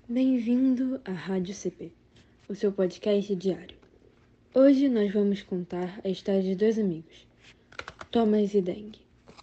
Bem-vindo à Rádio CP, o seu podcast diário. Hoje nós vamos contar a história de dois amigos, Thomas e Deng.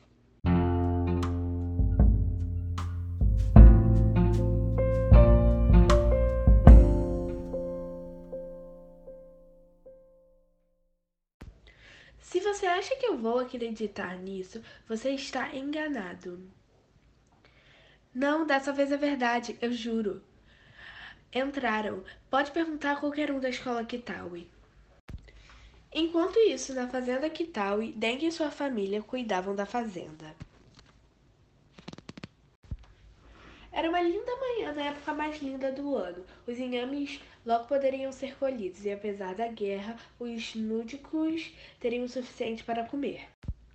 Se você acha que eu vou acreditar nisso, você está enganado. Não, dessa vez é verdade, eu juro. Entraram. Pode perguntar a qualquer um da escola Kitawi. Enquanto isso, na fazenda Kitawi, Deng e sua família cuidavam da fazenda. Era uma linda manhã na época mais linda do ano. Os inhames logo poderiam ser colhidos e, apesar da guerra, os núdicos teriam o suficiente para comer.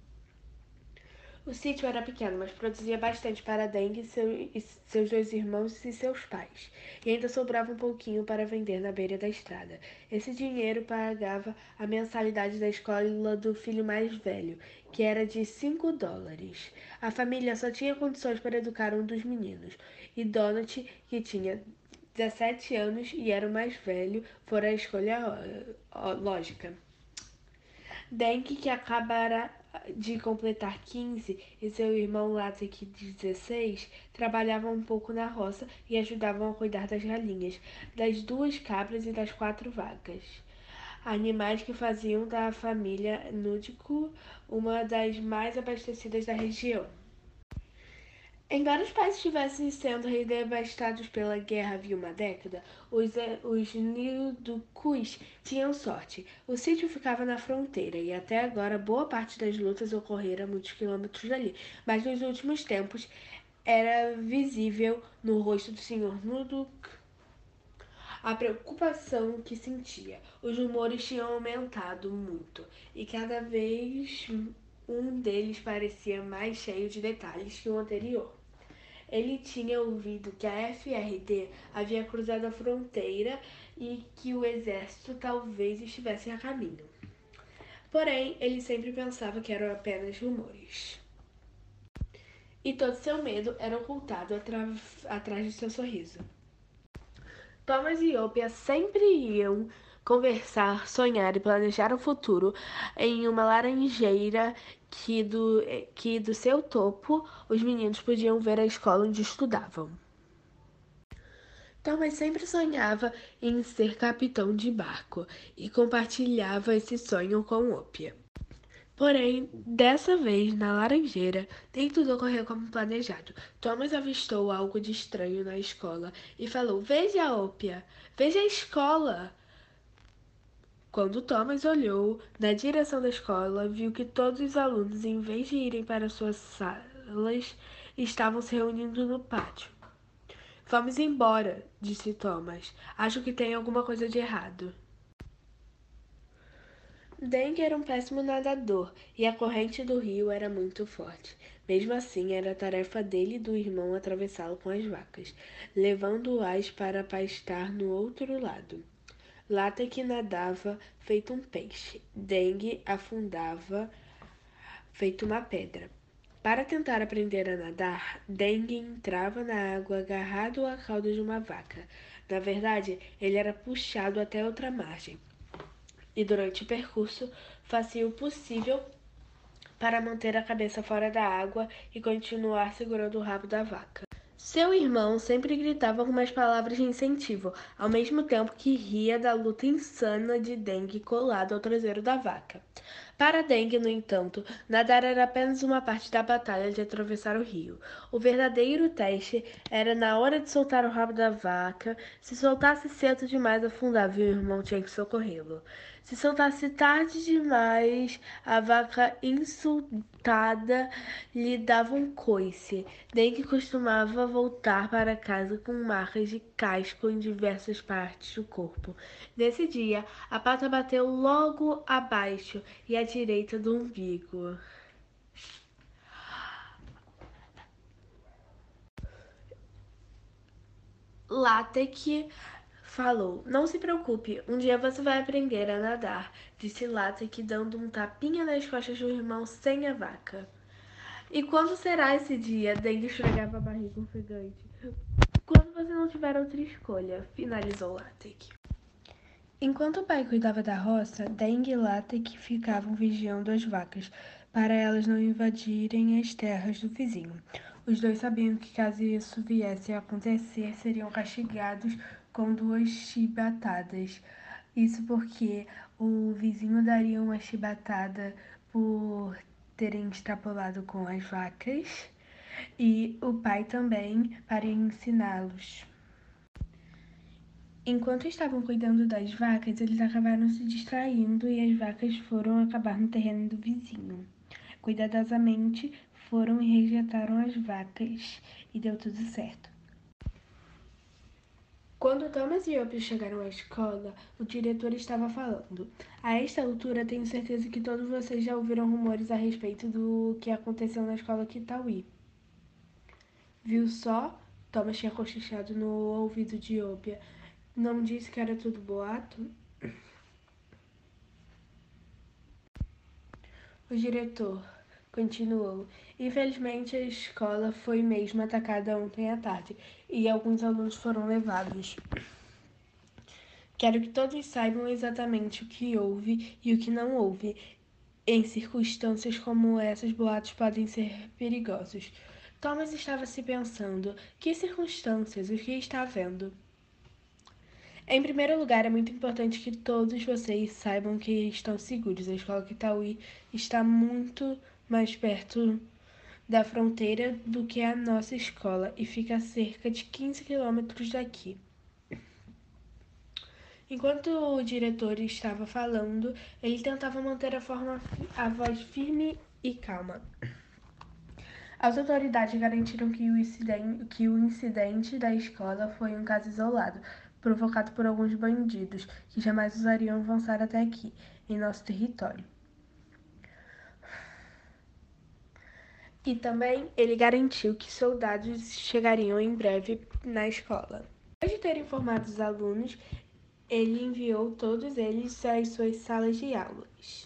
O sítio era pequeno, mas produzia bastante para Deng e seus dois irmãos e seus pais. E ainda sobrava um pouquinho para vender na beira da estrada. Esse dinheiro pagava a mensalidade da escola do filho mais velho, que era de $5. A família só tinha condições para educar um dos meninos. E Donald, que tinha 17 anos e era o mais velho, fora a escolha lógica. Deng, que acabara de completar 15, e seu irmão Latek, de 16, trabalhavam um pouco na roça e ajudavam a cuidar das galinhas, das 2 cabras e das 4 vacas. Animais que faziam da família Núdico uma das mais abastecidas da região. Embora os países estivessem sendo devastados pela guerra havia uma década, os Nildukus tinham sorte. O sítio ficava na fronteira e até agora boa parte das lutas ocorreram a muitos quilômetros dali, mas nos últimos tempos era visível no rosto do Sr. Nuduk a preocupação que sentia. Os rumores tinham aumentado muito e cada vez um deles parecia mais cheio de detalhes que o anterior. Ele tinha ouvido que a FRD havia cruzado a fronteira e que o exército talvez estivesse a caminho. Porém, ele sempre pensava que eram apenas rumores. E todo seu medo era ocultado atrás de seu sorriso. Thomas e Opia sempre iam conversar, sonhar e planejar o futuro em uma laranjeira que do seu topo os meninos podiam ver a escola onde estudavam. Thomas sempre sonhava em ser capitão de barco e compartilhava esse sonho com Opia. Porém, dessa vez, na laranjeira, nem tudo ocorreu como planejado. Thomas avistou algo de estranho na escola e falou: Veja, Opia! Veja a escola! Quando Thomas olhou na direção da escola, viu que todos os alunos, em vez de irem para suas salas, estavam se reunindo no pátio. Vamos embora, disse Thomas. Acho que tem alguma coisa de errado. Deng era um péssimo nadador e a corrente do rio era muito forte. Mesmo assim, era tarefa dele e do irmão atravessá-lo com as vacas, levando-as para pastar no outro lado. Latek nadava feito um peixe. Deng afundava feito uma pedra. Para tentar aprender a nadar, Deng entrava na água agarrado à cauda de uma vaca. Na verdade, ele era puxado até outra margem. E durante o percurso, fazia o possível para manter a cabeça fora da água e continuar segurando o rabo da vaca. Seu irmão sempre gritava algumas palavras de incentivo, ao mesmo tempo que ria da luta insana de Deng colado ao traseiro da vaca. Para Deng, no entanto, nadar era apenas uma parte da batalha de atravessar o rio. O verdadeiro teste era na hora de soltar o rabo da vaca. Se soltasse cedo demais, afundava e o irmão tinha que socorrê-lo. Se soltasse tarde demais, a vaca insultada lhe dava um coice. Deng costumava voltar para casa com marcas de casco em diversas partes do corpo. Nesse dia, a pata bateu logo abaixo e à direita do umbigo. Latek falou: Não se preocupe, um dia você vai aprender a nadar, disse Latek, dando um tapinha nas costas do irmão sem a vaca. E quando será esse dia? Deng esfregava a barriga ofegante. Quando você não tiver tiver outra escolha, finalizou Latek. Enquanto o pai cuidava da roça, Deng e Latek ficavam vigiando as vacas, para elas não invadirem as terras do vizinho. Os dois sabiam que, caso isso viesse a acontecer, seriam castigados com 2 chibatadas. Isso porque o vizinho daria uma chibatada por terem extrapolado com as vacas e o pai também para ensiná-los. Enquanto estavam cuidando das vacas, eles acabaram se distraindo e as vacas foram acabar no terreno do vizinho. Cuidadosamente foram e resgataram as vacas e deu tudo certo. Quando Thomas e Opio chegaram à escola, o diretor estava falando. A esta altura, tenho certeza que todos vocês já ouviram rumores a respeito do que aconteceu na escola Kitawi. Viu só? Thomas tinha cochichado no ouvido de Opia. Não disse que era tudo boato? O diretor continuou. Infelizmente, a escola foi mesmo atacada ontem à tarde e alguns alunos foram levados. Quero que todos saibam exatamente o que houve e o que não houve. Em circunstâncias como essas, boatos podem ser perigosos. Thomas estava se pensando. Que circunstâncias? O que está vendo? Em primeiro lugar, é muito importante que todos vocês saibam que estão seguros. A escola Kitawi está muito mais perto da fronteira do que a nossa escola e fica a cerca de 15 quilômetros daqui. Enquanto o diretor estava falando, ele tentava manter a voz firme e calma. As autoridades garantiram que o incidente da escola foi um caso isolado, provocado por alguns bandidos, que jamais ousariam avançar até aqui, em nosso território. E também ele garantiu que soldados chegariam em breve na escola. Depois de ter informado os alunos, ele enviou todos eles às suas salas de aulas.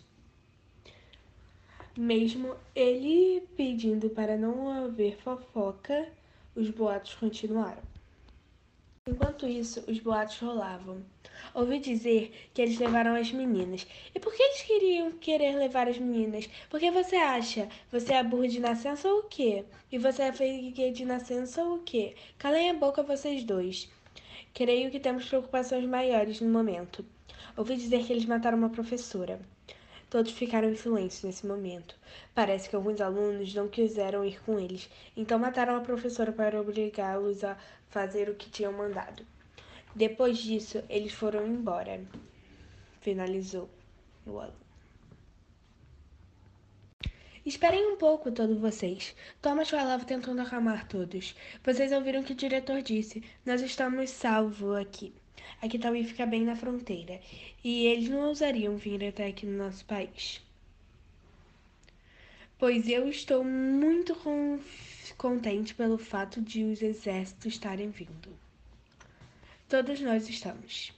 Mesmo ele pedindo para não haver fofoca, os boatos continuaram. Enquanto isso, os boatos rolavam. Ouvi dizer que eles levaram as meninas. E por que eles queriam querer levar as meninas? Por que você acha? Você é burro de nascença ou o quê? E você é feio de nascença ou o quê? Calem a boca vocês dois. Creio que temos preocupações maiores no momento. Ouvi dizer que eles mataram uma professora. Todos ficaram em silêncio nesse momento. Parece que alguns alunos não quiseram ir com eles, então mataram a professora para obrigá-los a fazer o que tinham mandado. Depois disso, eles foram embora. Finalizou o aluno. Esperem um pouco, todos vocês. Thomas falava tentando acalmar todos. Vocês ouviram o que o diretor disse. Nós estamos salvos aqui. A Kitawi fica bem na fronteira. E eles não ousariam vir até aqui no nosso país. Pois eu estou muito contente pelo fato de os exércitos estarem vindo. Todos nós estamos.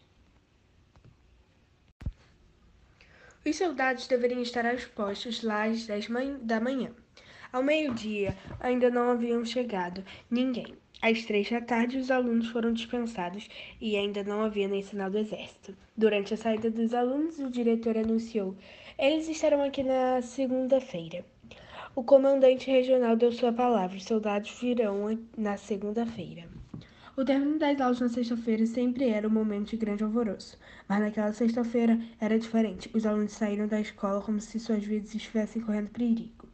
Os soldados deveriam estar aos postos lá às 10 da manhã. Ao meio-dia, ainda não haviam chegado ninguém. Às 3 da tarde, os alunos foram dispensados e ainda não havia nem sinal do exército. Durante a saída dos alunos, o diretor anunciou: eles estarão aqui na segunda-feira. O comandante regional deu sua palavra. Os soldados virão na segunda-feira. O término das aulas na sexta-feira sempre era um momento de grande alvoroço, mas naquela sexta-feira era diferente. Os alunos saíram da escola como se suas vidas estivessem correndo perigo.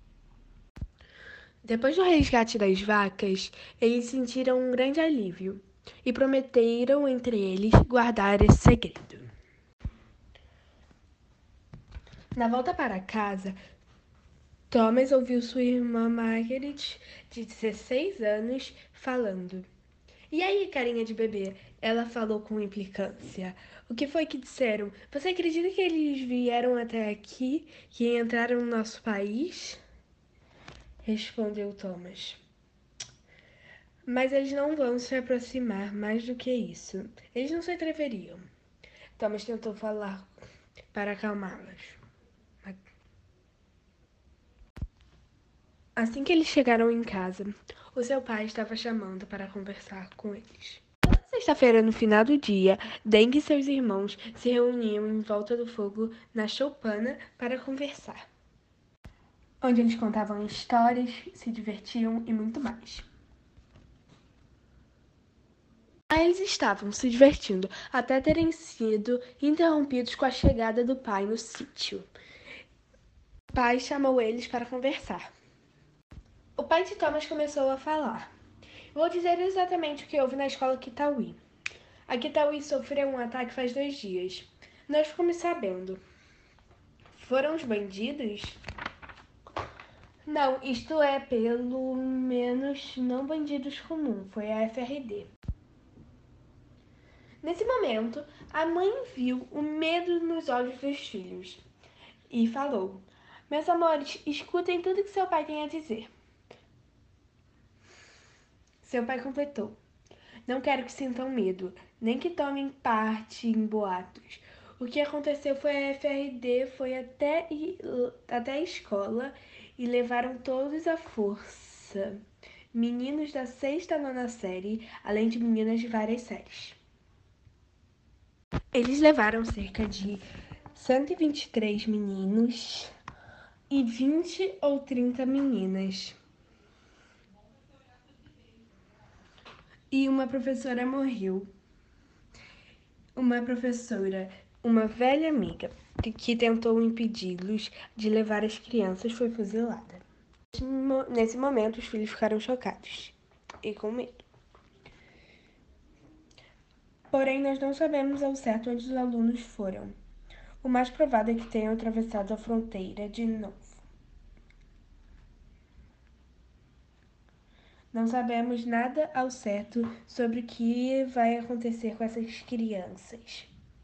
Depois do resgate das vacas, eles sentiram um grande alívio e prometeram entre eles guardar esse segredo. Na volta para casa, Thomas ouviu sua irmã Margaret, de 16 anos, falando. E aí, carinha de bebê? Ela falou com implicância. O que foi que disseram? Você acredita que eles vieram até aqui, que entraram no nosso país? Respondeu Thomas. Mas eles não vão se aproximar mais do que isso. Eles não se atreveriam. Thomas tentou falar para acalmá-las. Assim que eles chegaram em casa, o seu pai estava chamando para conversar com eles. sexta-feira, no final do dia, Deng e seus irmãos se reuniam em volta do fogo na choupana para conversar, onde eles contavam histórias, se divertiam e muito mais. Aí eles estavam se divertindo até terem sido interrompidos com a chegada do pai no sítio. O pai chamou eles para conversar. O pai de Thomas começou a falar. Vou dizer exatamente o que houve na escola Kitawi. A Kitawi sofreu um ataque faz 2 dias. Nós ficamos sabendo. Foram os bandidos? Não, isto é, pelo menos não bandidos comuns. Foi a FRD. Nesse momento, a mãe viu o medo nos olhos dos filhos e falou: Meus amores, escutem tudo que seu pai tem a dizer. Seu pai completou: Não quero que sintam medo, nem que tomem parte em boatos. O que aconteceu foi a FRD foi até a escola e levaram todos à força. Meninos da 6ª a 9ª série, além de meninas de várias séries. Eles levaram cerca de 123 meninos e 20 ou 30 meninas. E uma professora morreu. Uma professora, uma velha amiga, que tentou impedi-los de levar as crianças, foi fuzilada. Nesse momento, os filhos ficaram chocados e com medo. Porém, nós não sabemos ao certo onde os alunos foram. O mais provável é que tenham atravessado a fronteira de novo. Não sabemos nada ao certo sobre o que vai acontecer com essas crianças.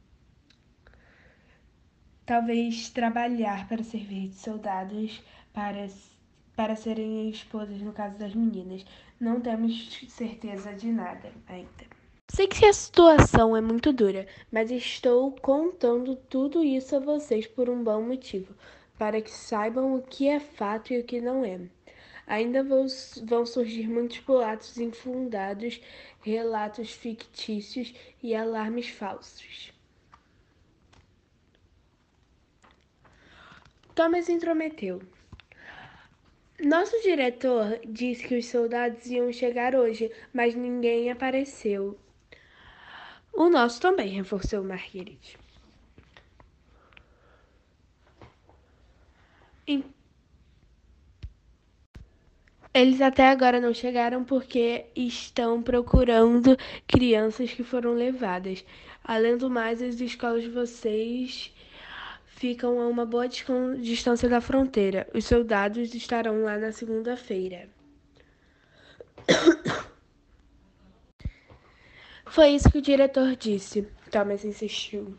Talvez trabalhar para servir de soldados para serem esposas no caso das meninas. Não temos certeza de nada ainda. Sei que a situação é muito dura, mas estou contando tudo isso a vocês por um bom motivo, para que saibam o que é fato e o que não é. Ainda vão surgir muitos boatos infundados, relatos fictícios e alarmes falsos. Thomas intrometeu. Nosso diretor disse que os soldados iam chegar hoje, mas ninguém apareceu. O nosso também, reforçou Marguerite. Eles até agora não chegaram porque estão procurando crianças que foram levadas. Além do mais, as escolas de vocês ficam a uma boa distância da fronteira. Os soldados estarão lá na segunda-feira. Foi isso que o diretor disse, Thomas insistiu.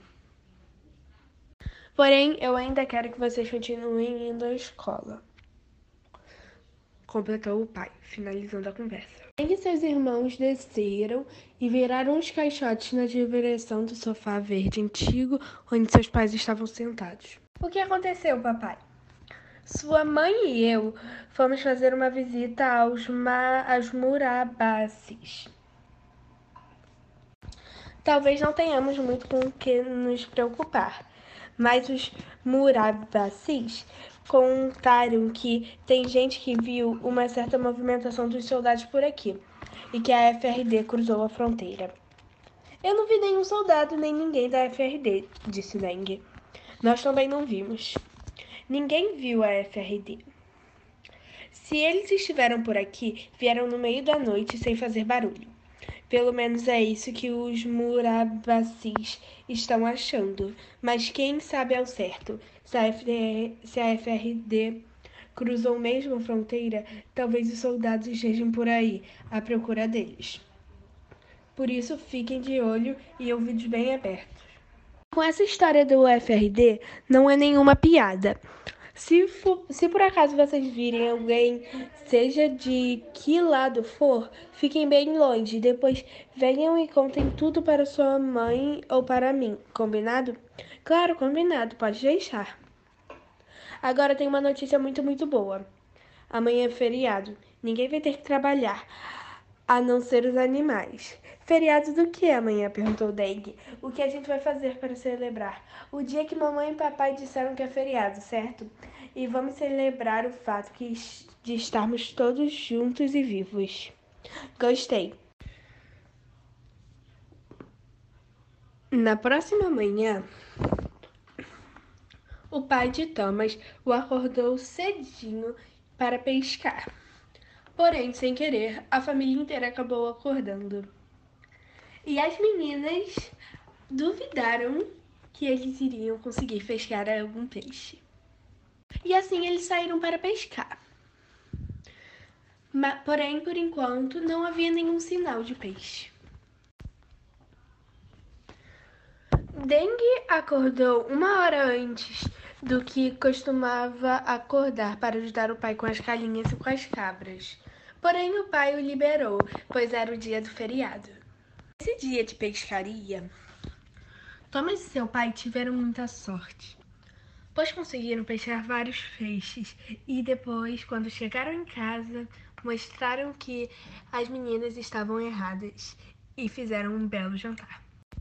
Porém, eu ainda quero que vocês continuem indo à escola, completou o pai, finalizando a conversa. Ele e seus irmãos desceram e viraram os caixotes na direção do sofá verde antigo onde seus pais estavam sentados. O que aconteceu, papai? Sua mãe e eu fomos fazer uma visita aos Murabasis. Talvez não tenhamos muito com o que nos preocupar, mas os Murabasis contaram que tem gente que viu uma certa movimentação dos soldados por aqui e que a FRD cruzou a fronteira. Eu não vi nenhum soldado nem ninguém da FRD, disse Deng. Nós também não vimos. Ninguém viu a FRD. Se eles estiveram por aqui, vieram no meio da noite sem fazer barulho. Pelo menos é isso que os Murabasis estão achando. Mas quem sabe ao certo? Se a FRD cruzou mesmo a fronteira, talvez os soldados estejam por aí, à procura deles. Por isso, fiquem de olho e ouvidos bem abertos. Com essa história do FRD, não é nenhuma piada. Se por acaso vocês virem alguém, seja de que lado for, fiquem bem longe. Depois venham e contem tudo para sua mãe ou para mim. Combinado? Claro, combinado. Pode deixar. Agora tem uma notícia muito, muito boa. Amanhã é feriado. Ninguém vai ter que trabalhar. a não ser os animais. Feriado do que, amanhã? Perguntou Deng. O que a gente vai fazer para celebrar? O dia que mamãe e papai disseram que é feriado, certo? E vamos celebrar o fato de estarmos todos juntos e vivos. Gostei. Na próxima manhã, o pai de Thomas o acordou cedinho para pescar. Porém, sem querer, a família inteira acabou acordando. E as meninas duvidaram que eles iriam conseguir pescar algum peixe. E assim eles saíram para pescar. Porém, por enquanto, não havia nenhum sinal de peixe. Deng acordou 1 hora antes do que costumava acordar para ajudar o pai com as galinhas e com as cabras. Porém, o pai o liberou, pois era o dia do feriado. Nesse dia de pescaria, Thomas e seu pai tiveram muita sorte, pois conseguiram pescar vários peixes e depois, quando chegaram em casa, mostraram que as meninas estavam erradas e fizeram um belo jantar.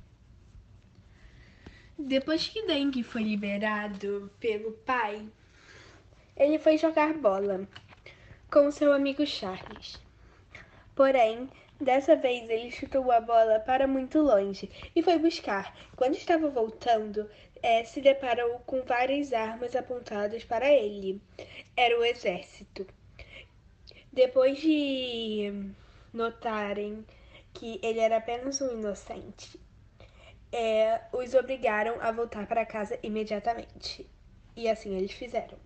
Depois que Deng foi liberado pelo pai, ele foi jogar bola com seu amigo Charles. Porém, dessa vez ele chutou a bola para muito longe e foi buscar. Quando estava voltando, se deparou com várias armas apontadas para ele. Era o exército. Depois de notarem que ele era apenas um inocente, os obrigaram a voltar para casa imediatamente. E assim eles fizeram.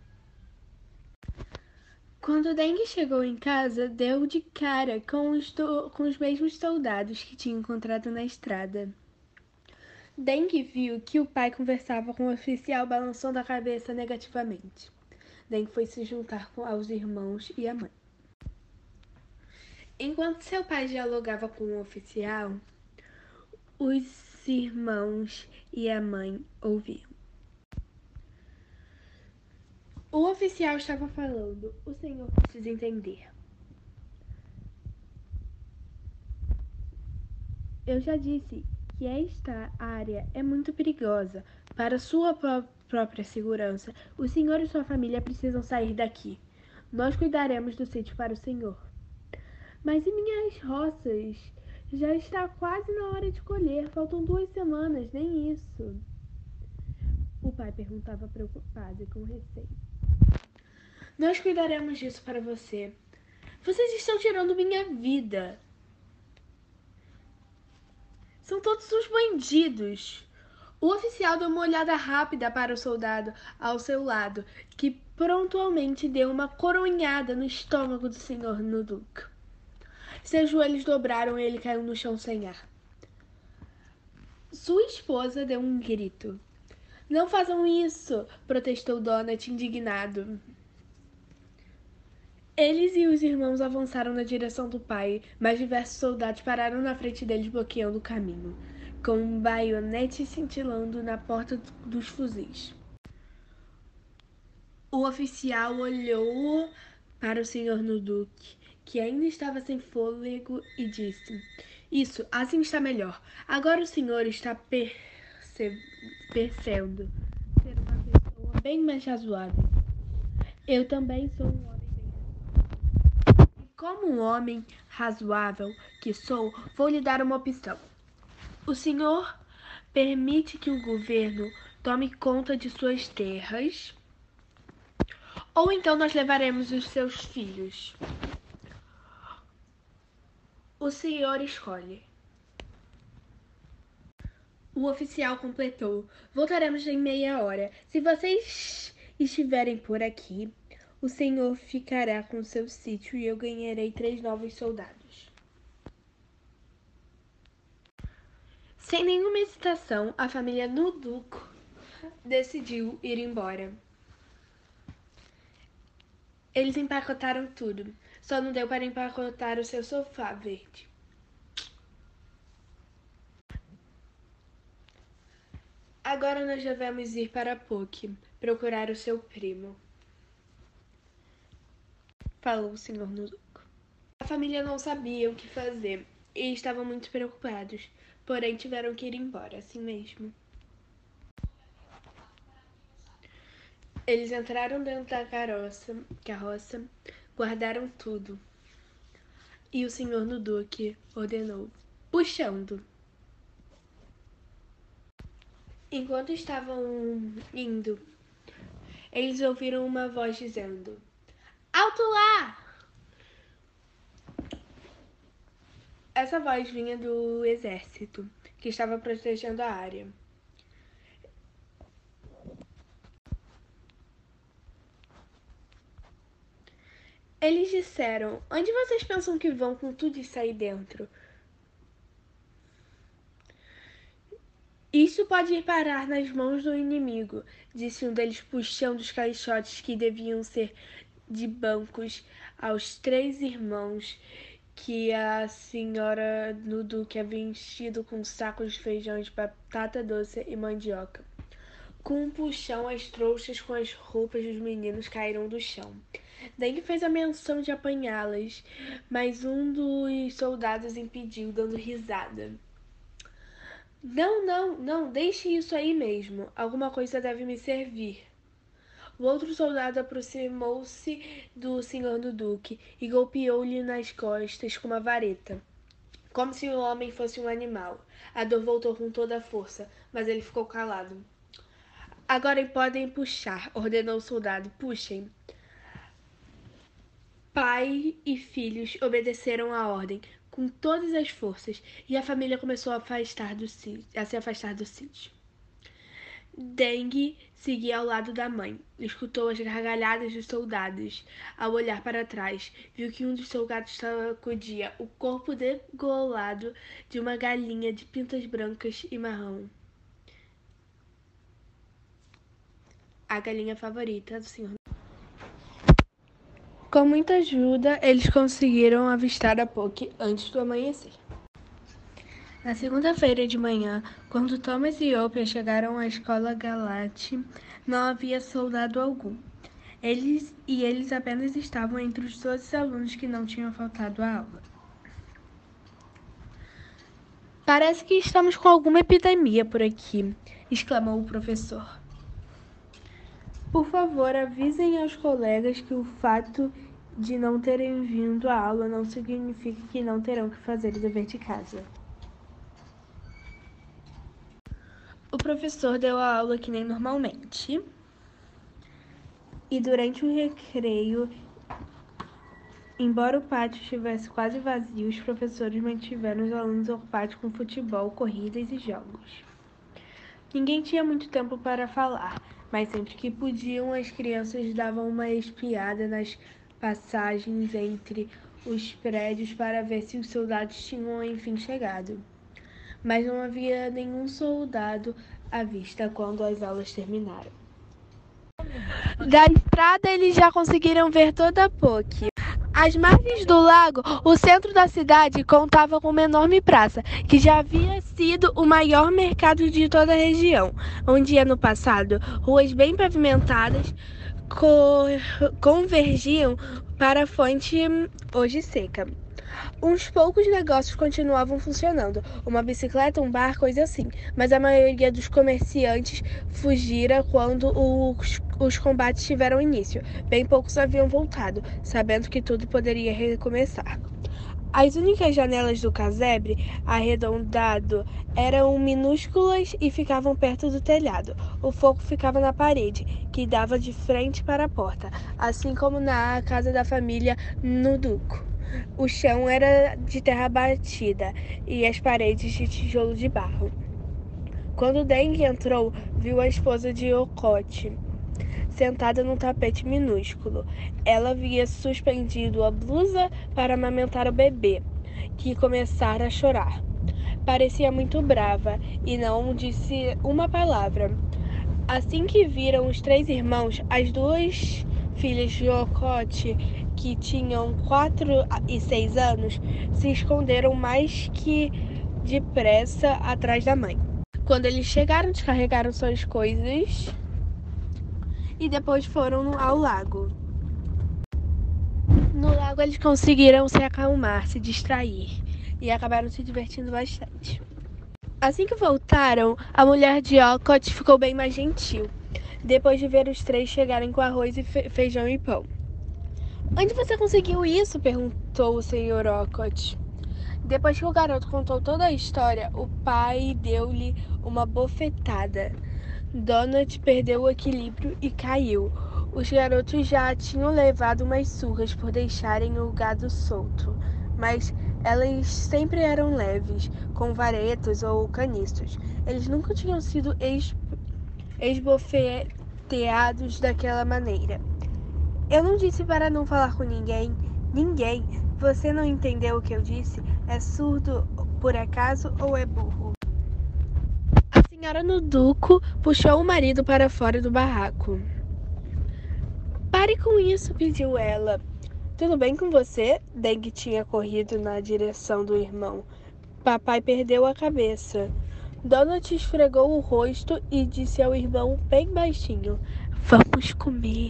Quando Deng chegou em casa, deu de cara com os mesmos soldados que tinha encontrado na estrada. Deng viu que o pai conversava com o oficial balançando a cabeça negativamente. Deng foi se juntar aos irmãos e a mãe. Enquanto seu pai dialogava com o oficial, os irmãos e a mãe ouviam. O oficial estava falando. O senhor precisa entender. Eu já disse que esta área é muito perigosa. Para sua própria segurança, o senhor e sua família precisam sair daqui. Nós cuidaremos do sítio para o senhor. Mas e minhas roças? Já está quase na hora de colher. Faltam 2 semanas, nem isso. O pai perguntava preocupado e com receio. Nós cuidaremos disso para você. Vocês estão tirando minha vida. São todos os bandidos. O oficial deu uma olhada rápida para o soldado ao seu lado, que prontamente deu uma coronhada no estômago do Sr. Nuduk. Seus joelhos dobraram e ele caiu no chão sem ar. Sua esposa deu um grito. Não façam isso, protestou Donat indignado. Eles e os irmãos avançaram na direção do pai, mas diversos soldados pararam na frente deles, bloqueando o caminho, com um baionete cintilando na porta dos fuzis. O oficial olhou para o Sr. Nuduk, que ainda estava sem fôlego, e disse: Isso, assim está melhor. Agora o senhor está percebendo ser uma pessoa bem mais razoável. Eu também sou um homem bem razoável. E como um homem razoável que sou, vou lhe dar uma opção. O senhor permite que o governo tome conta de suas terras, ou então nós levaremos os seus filhos. O senhor escolhe. O oficial completou. Voltaremos em meia hora. Se vocês estiverem por aqui, o senhor ficará com seu sítio e eu ganharei 3 novos soldados. Sem nenhuma hesitação, a família Nuduk decidiu ir embora. Eles empacotaram tudo. Só não deu para empacotar o seu sofá verde. Agora nós devemos ir para Poque, procurar o seu primo, falou o Sr. Nuduk. A família não sabia o que fazer e estavam muito preocupados, porém tiveram que ir embora, assim mesmo. Eles entraram dentro da carroça, guardaram tudo. E o senhor Nuduque ordenou, puxando. Enquanto estavam indo, eles ouviram uma voz dizendo: "Alto lá!" Essa voz vinha do exército, que estava protegendo a área. Eles disseram: "Onde vocês pensam que vão com tudo isso aí dentro? Isso pode ir parar nas mãos do inimigo", disse um deles, puxando os caixotes que deviam ser de bancos aos 3 irmãos que a senhora Nuduque havia enchido com sacos de feijão de batata doce e mandioca. Com um puxão, as trouxas com as roupas dos meninos caíram do chão. Deng fez a menção de apanhá-las, mas um dos soldados impediu, dando risada. Não, deixe isso aí mesmo. Alguma coisa deve me servir." O outro soldado aproximou-se do senhor Nuduque e golpeou-lhe nas costas com uma vareta, como se o homem fosse um animal. A dor voltou com toda a força, mas ele ficou calado. "Agora podem puxar", ordenou o soldado. "Puxem." Pai e filhos obedeceram à ordem com todas as forças e a família começou a se afastar do sítio. Deng seguia ao lado da mãe. Escutou as gargalhadas dos soldados. Ao olhar para trás, viu que um dos soldados sacudia o corpo degolado de uma galinha de pintas brancas e marrom. A galinha favorita do senhor. Com muita ajuda, eles conseguiram avistar a Poque antes do amanhecer. Na segunda-feira de manhã, quando Thomas e Opia chegaram à escola Galate, não havia soldado algum. Eles apenas estavam entre os 12 alunos que não tinham faltado à aula. "Parece que estamos com alguma epidemia por aqui", exclamou o professor. "Por favor, avisem aos colegas que o fato de não terem vindo à aula não significa que não terão que fazer o dever de casa." O professor deu a aula que nem normalmente. E durante o recreio, embora o pátio estivesse quase vazio, os professores mantiveram os alunos ocupados com futebol, corridas e jogos. Ninguém tinha muito tempo para falar, mas sempre que podiam, as crianças davam uma espiada nas passagens entre os prédios para ver se os soldados tinham enfim chegado. Mas não havia nenhum soldado à vista quando as aulas terminaram. Da estrada, eles já conseguiram ver toda a Poque. Às margens do lago, o centro da cidade contava com uma enorme praça, que já havia sido o maior mercado de toda a região, onde no passado, ruas bem pavimentadas convergiam para a fonte hoje seca. Uns poucos negócios continuavam funcionando, uma bicicleta, um bar, coisa assim, mas a maioria dos comerciantes fugira quando os combates tiveram início. Bem poucos haviam voltado, sabendo que tudo poderia recomeçar. As únicas janelas do casebre arredondado eram minúsculas e ficavam perto do telhado. O fogo ficava na parede, que dava de frente para a porta, assim como na casa da família Nuduque. O chão era de terra batida e as paredes de tijolo de barro. Quando Deng entrou, viu a esposa de Okote sentada num tapete minúsculo. Ela havia suspendido a blusa para amamentar o bebê, que começara a chorar. Parecia muito brava e não disse uma palavra. Assim que viram os 3 irmãos, as 2 filhas de Okote, que tinham 4 e 6 anos, se esconderam mais que depressa atrás da mãe. Quando eles chegaram, descarregaram suas coisas e depois foram ao lago. No lago eles conseguiram se acalmar, se distrair e acabaram se divertindo bastante. Assim que voltaram, a mulher de Alcott ficou bem mais gentil, depois de ver os três chegarem com arroz e feijão e pão. Onde você conseguiu isso? Perguntou o Sr. Alcott. Depois que o garoto contou toda a história, o pai deu-lhe uma bofetada. Donald perdeu o equilíbrio e caiu. Os garotos já tinham levado umas surras por deixarem o gado solto, mas elas sempre eram leves, com varetos ou caniços. Eles nunca tinham sido esbofeteados daquela maneira. Eu não disse para não falar com ninguém. Ninguém. Você não entendeu o que eu disse? É surdo por acaso ou é burro? A senhora Nuduco puxou o marido para fora do barraco. Pare com isso, pediu ela. Tudo bem com você? Deng tinha corrido na direção do irmão. Papai perdeu a cabeça. Donald esfregou o rosto e disse ao irmão bem baixinho: Vamos comer.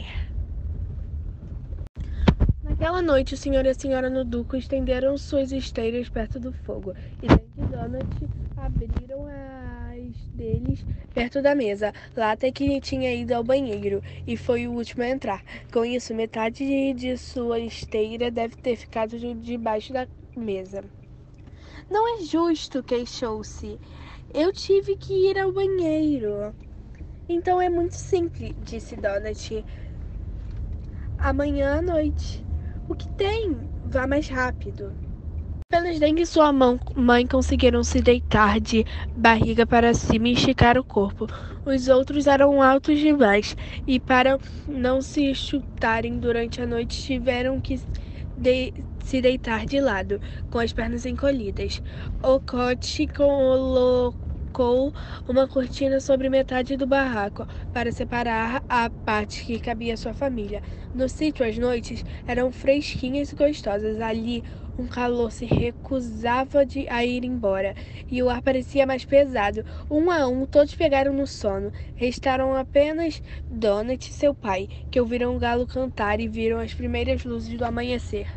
Naquela noite, o senhor e a senhora Nuduco estenderam suas esteiras perto do fogo, e Deng e Donald abriram as deles perto da mesa. Lata que tinha ido ao banheiro, e foi o último a entrar. Com isso, metade de sua esteira deve ter ficado debaixo da mesa. Não é justo, queixou-se. Eu tive que ir ao banheiro. Então é muito simples, disse Donald. Amanhã à noite. O que tem? Vá mais rápido. Apenas Deng e sua mãe conseguiram se deitar de barriga para cima e esticar o corpo. Os outros eram altos demais e, para não se chutarem durante a noite, tiveram que se deitar de lado, com as pernas encolhidas. O Cote colocou uma cortina sobre metade do barraco para separar a parte que cabia à sua família. No sítio, as noites eram fresquinhas e gostosas. Ali, um calor se recusava a ir embora, e o ar parecia mais pesado. Um a um, todos pegaram no sono. Restaram apenas Donald e seu pai, que ouviram o galo cantar e viram as primeiras luzes do amanhecer.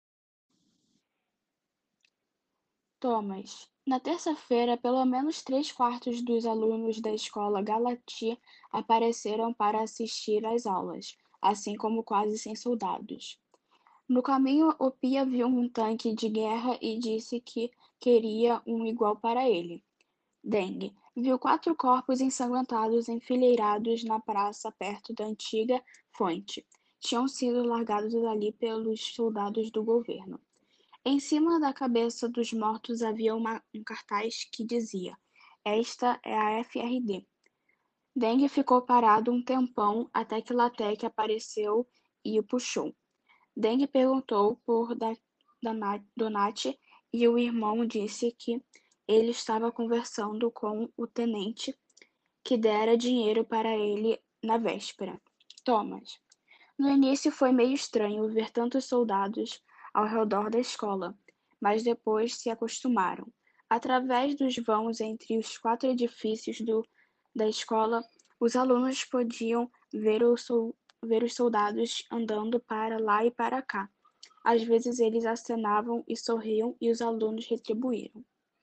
Thomas. Na terça-feira, pelo menos 3/4 dos alunos da escola Galati apareceram para assistir às aulas, assim como quase 100 soldados. No caminho, o Pia viu um tanque de guerra e disse que queria um igual para ele. Deng viu 4 corpos ensanguentados enfileirados na praça perto da antiga fonte. Tinham sido largados ali pelos soldados do governo. Em cima da cabeça dos mortos havia um cartaz que dizia: Esta é a FRD. Deng ficou parado um tempão até que Latek apareceu e o puxou. Deng perguntou por Donat e o irmão disse que ele estava conversando com o tenente que dera dinheiro para ele na véspera. Thomas. No início foi meio estranho ver tantos soldados ao redor da escola, mas depois se acostumaram. Através dos vãos entre os 4 edifícios da escola, os alunos podiam ver os soldados andando para lá e para cá. Às vezes eles acenavam e sorriam e os alunos retribuíram.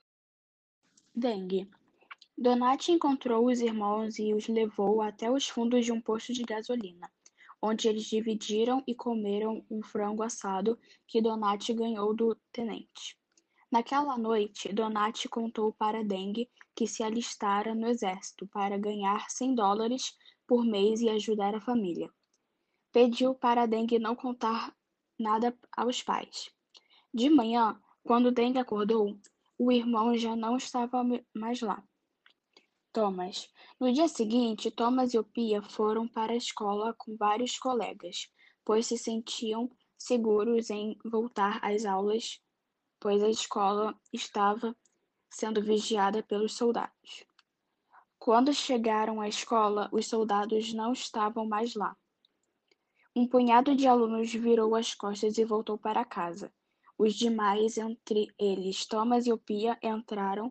Deng. Donat encontrou os irmãos e os levou até os fundos de um posto de gasolina, onde eles dividiram e comeram um frango assado que Donat ganhou do tenente. Naquela noite, Donat contou para Deng que se alistara no exército para ganhar $100 por mês e ajudar a família. Pediu para Deng não contar nada aos pais. De manhã, quando Deng acordou, o irmão já não estava mais lá. Thomas. No dia seguinte, Thomas e Pia foram para a escola com vários colegas, pois se sentiam seguros em voltar às aulas, pois a escola estava sendo vigiada pelos soldados. Quando chegaram à escola, os soldados não estavam mais lá. Um punhado de alunos virou as costas e voltou para casa. Os demais, entre eles Thomas e Pia, entraram.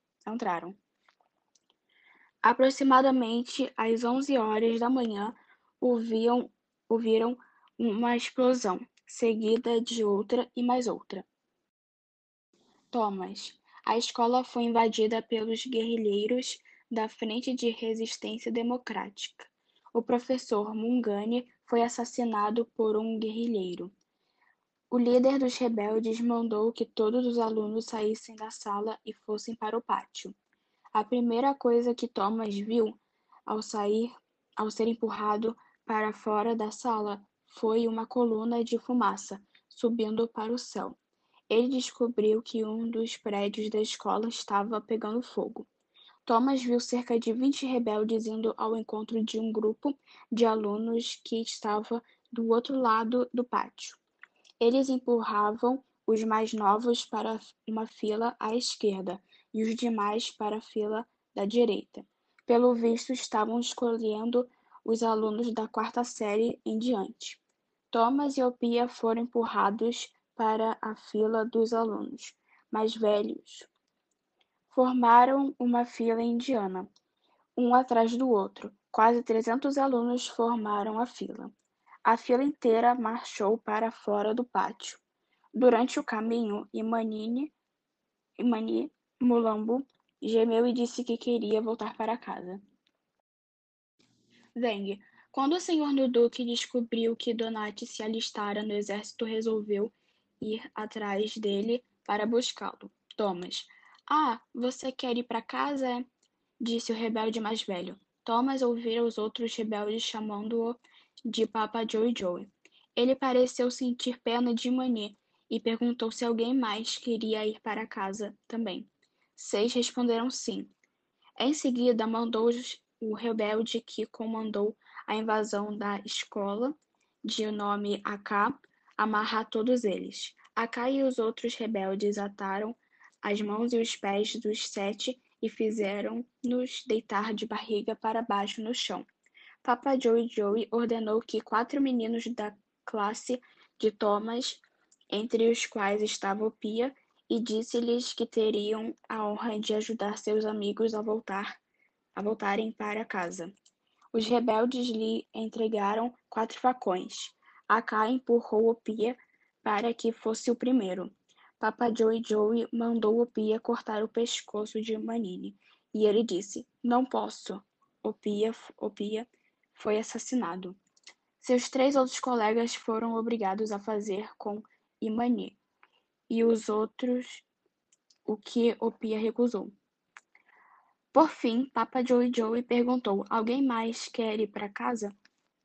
Aproximadamente às 11 horas da manhã, ouviram uma explosão. seguida de outra e mais outra. Thomas. A escola foi invadida pelos guerrilheiros da Frente de Resistência Democrática. O professor Mungani foi assassinado por um guerrilheiro. O líder dos rebeldes mandou que todos os alunos saíssem da sala e fossem para o pátio. A primeira coisa que Thomas viu ao ser empurrado para fora da sala, foi uma coluna de fumaça subindo para o céu. Ele descobriu que um dos prédios da escola estava pegando fogo. Thomas viu cerca de 20 rebeldes indo ao encontro de um grupo de alunos que estava do outro lado do pátio. Eles empurravam os mais novos para uma fila à esquerda e os demais para a fila da direita. Pelo visto, estavam escolhendo os alunos da quarta série em diante. Thomas e Opia foram empurrados para a fila dos alunos mais velhos. Formaram uma fila indiana, um atrás do outro. Quase 300 alunos formaram a fila. A fila inteira marchou para fora do pátio. Durante o caminho, Imani Mulambo gemeu e disse que queria voltar para casa. Deng. Quando o senhor Nuduque descobriu que Donati se alistara no exército, resolveu ir atrás dele para buscá-lo. Thomas. Ah, você quer ir para casa, é? Disse o rebelde mais velho. Thomas ouvira os outros rebeldes chamando-o de Papa Joey Joey. Ele pareceu sentir pena de Imani e perguntou se alguém mais queria ir para casa também. 6 responderam sim. Em seguida, mandou o rebelde que comandou a invasão da escola, de nome Aká, amarrar todos eles. Aká e os outros rebeldes ataram as mãos e os pés dos 7 e fizeram-nos deitar de barriga para baixo no chão. Papa Joey Joey ordenou que 4 meninos da classe de Thomas, entre os quais estava Opia, e disse-lhes que teriam a honra de ajudar seus amigos a voltarem para casa. Os rebeldes lhe entregaram 4 facões. Aká empurrou Opia para que fosse o primeiro. Papa Joey Joey mandou Opia cortar o pescoço de Manini, e ele disse: Não posso. Opia foi assassinado. Seus 3 outros colegas foram obrigados a fazer com Imani, e os outros o que Opia recusou. Por fim, Papa Joey Joey perguntou: Alguém mais quer ir para casa?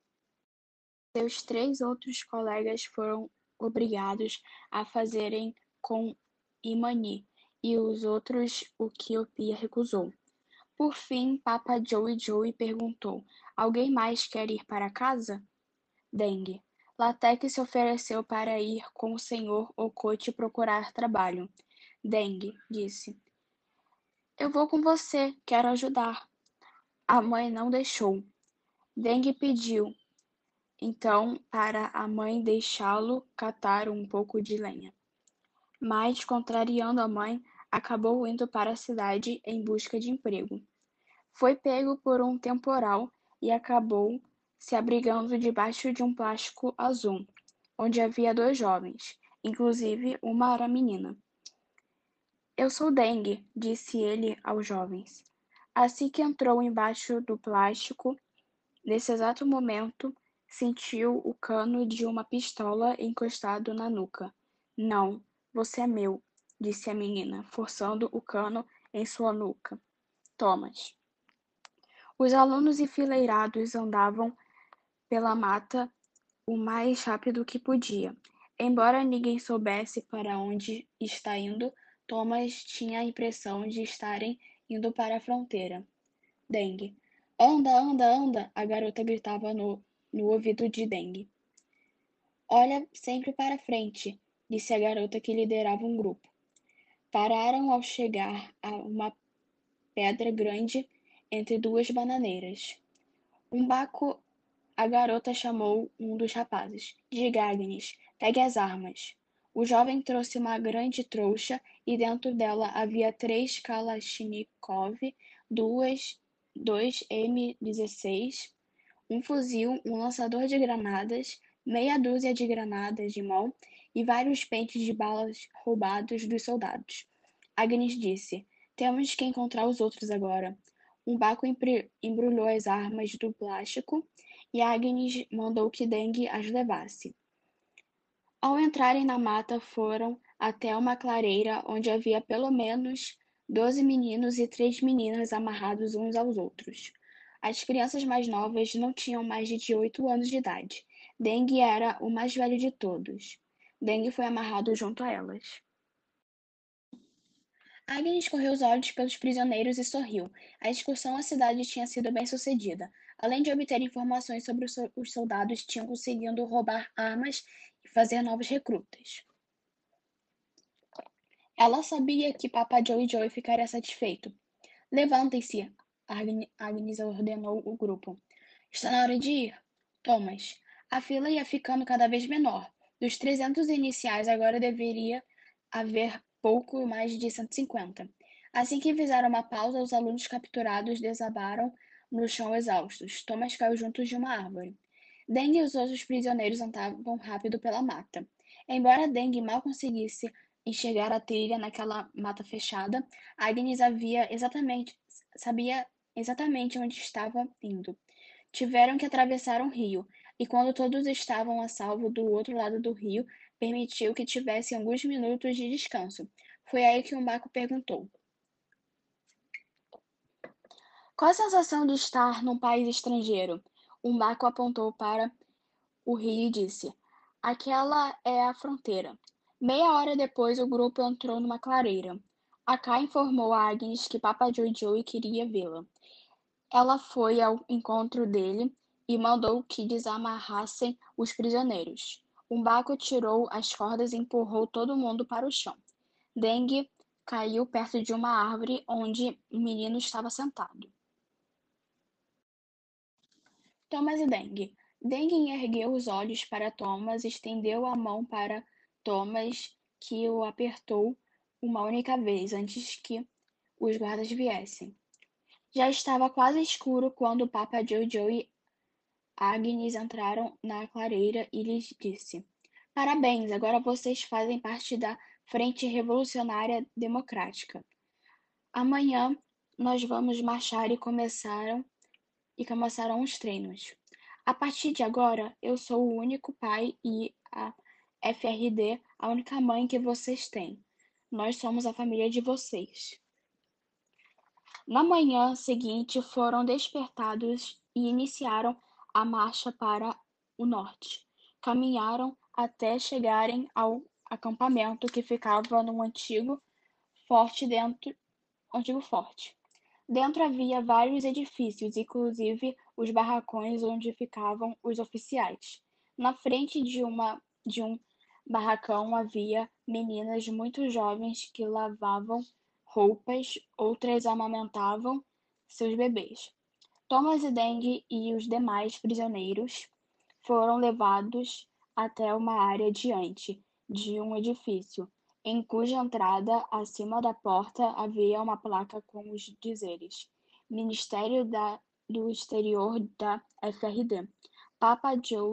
Seus 3 outros colegas foram obrigados a fazerem com Imani, e os outros o que Opia recusou. Por fim, Papa Joey Joey perguntou: Alguém mais quer ir para casa? Deng. Latek se ofereceu para ir com o Sr. Okote procurar trabalho. Deng disse: Eu vou com você, quero ajudar. A mãe não deixou. Deng pediu, então, para a mãe deixá-lo catar um pouco de lenha. Mas, contrariando a mãe, acabou indo para a cidade em busca de emprego. Foi pego por um temporal e acabou se abrigando debaixo de um plástico azul, onde havia 2 jovens, inclusive uma era menina. Eu sou Deng, disse ele aos jovens. Assim que entrou embaixo do plástico, nesse exato momento, sentiu o cano de uma pistola encostado na nuca. Não, você é meu, disse a menina, forçando o cano em sua nuca. Thomas. Os alunos enfileirados andavam pela mata o mais rápido que podia. Embora ninguém soubesse para onde está indo, Thomas tinha a impressão de estarem indo para a fronteira. Deng. Anda, anda, anda! A garota gritava no ouvido de Deng. Olha sempre para frente, disse a garota que liderava um grupo. Pararam ao chegar a uma pedra grande entre 2 bananeiras. Um baco, a garota chamou um dos rapazes. Diga, Agnes, pegue as armas. O jovem trouxe uma grande trouxa e dentro dela havia 3 Kalashnikov, 2 M16, um fuzil, um lançador de granadas, meia dúzia de granadas de mão e vários pentes de balas roubados dos soldados. Agnes disse: Temos que encontrar os outros agora. Um Baco embrulhou as armas do plástico e Agnes mandou que Deng as levasse. Ao entrarem na mata, foram até uma clareira onde havia pelo menos 12 meninos e 3 meninas amarrados uns aos outros. As crianças mais novas não tinham mais de 8 anos de idade. Deng era o mais velho de todos. Deng foi amarrado junto a elas. Agnes correu os olhos pelos prisioneiros e sorriu. A excursão à cidade tinha sido bem-sucedida. Além de obter informações sobre os soldados, tinham conseguido roubar armas e fazer novos recrutas. Ela sabia que Papa Joey ficaria satisfeito. Levantem-se, Agnes ordenou o grupo. Está na hora de ir. Thomas. A fila ia ficando cada vez menor. Dos 300 iniciais, agora deveria haver pouco mais de 150. Assim que fizeram uma pausa, os alunos capturados desabaram no chão exaustos. Thomas caiu junto de uma árvore. Deng e os outros prisioneiros andavam rápido pela mata. Embora Deng mal conseguisse enxergar a trilha naquela mata fechada, Agnes sabia exatamente onde estava indo. Tiveram que atravessar um rio, e quando todos estavam a salvo do outro lado do rio, permitiu que tivessem alguns minutos de descanso. Foi aí que um Baco perguntou: Qual a sensação de estar num país estrangeiro? Um Baco apontou para o rio e disse: Aquela é a fronteira. Meia hora depois, o grupo entrou numa clareira. Akai informou a Agnes que Papa Joey queria vê-la. Ela foi ao encontro dele e mandou que desamarrassem os prisioneiros. Um Baco tirou as cordas e empurrou todo mundo para o chão. Deng caiu perto de uma árvore onde o menino estava sentado. Thomas e Deng. Deng ergueu os olhos para Thomas e estendeu a mão para Thomas, que o apertou uma única vez antes que os guardas viessem. Já estava quase escuro quando o Papa Jojo e Agnes entraram na clareira e lhes disse: Parabéns, agora vocês fazem parte da Frente Revolucionária Democrática. Amanhã nós vamos marchar e começaram os treinos. A partir de agora, eu sou o único pai e a FRD a única mãe que vocês têm. Nós somos a família de vocês. Na manhã seguinte, foram despertados e iniciaram a marcha para o norte. Caminharam até chegarem ao acampamento que ficava num antigo forte. Dentro havia vários edifícios, inclusive os barracões onde ficavam os oficiais. Na frente de um barracão havia meninas muito jovens que lavavam roupas, outras amamentavam seus bebês. Thomas e Deng e os demais prisioneiros foram levados até uma área diante de um edifício, em cuja entrada, acima da porta, havia uma placa com os dizeres: Ministério do Exterior da FRD. Papa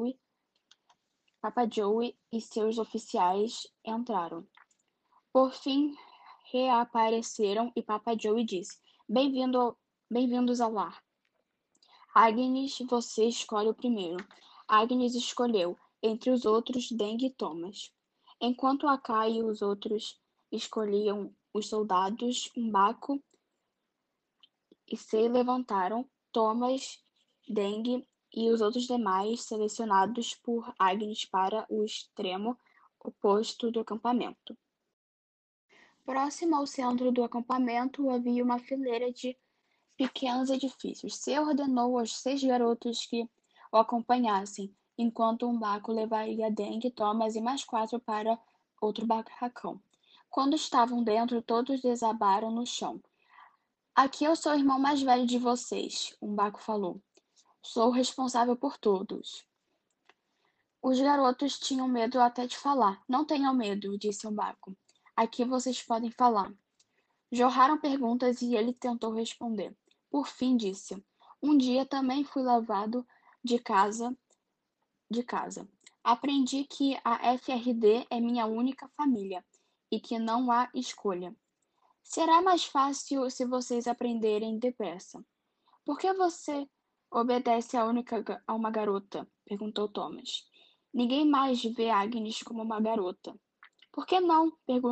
Joey e seus oficiais entraram. Por fim, reapareceram e Papa Joey disse: Bem-vindos ao lar. Agnes, você escolhe o primeiro. Agnes escolheu, entre os outros, Deng e Thomas. Enquanto Akai e os outros escolhiam os soldados, um Baco e se levantaram, Thomas, Deng e os outros demais selecionados por Agnes para o extremo oposto do acampamento. Próximo ao centro do acampamento havia uma fileira de pequenos edifícios. Se ordenou aos 6 garotos que o acompanhassem, enquanto um Baco levaria Deng, Thomas e mais 4 para outro barracão. Quando estavam dentro, todos desabaram no chão. Aqui eu sou o irmão mais velho de vocês, um Baco falou. Sou o responsável por todos. Os garotos tinham medo até de falar. Não tenham medo, disse um Baco. Aqui vocês podem falar. Jorraram perguntas e ele tentou responder. Por fim, disse: Um dia também fui levado de casa. Aprendi que a FRD é minha única família e que não há escolha. Será mais fácil se vocês aprenderem depressa. Por que você obedece a uma garota? Perguntou Thomas. Ninguém mais vê Agnes como uma garota. Por que não?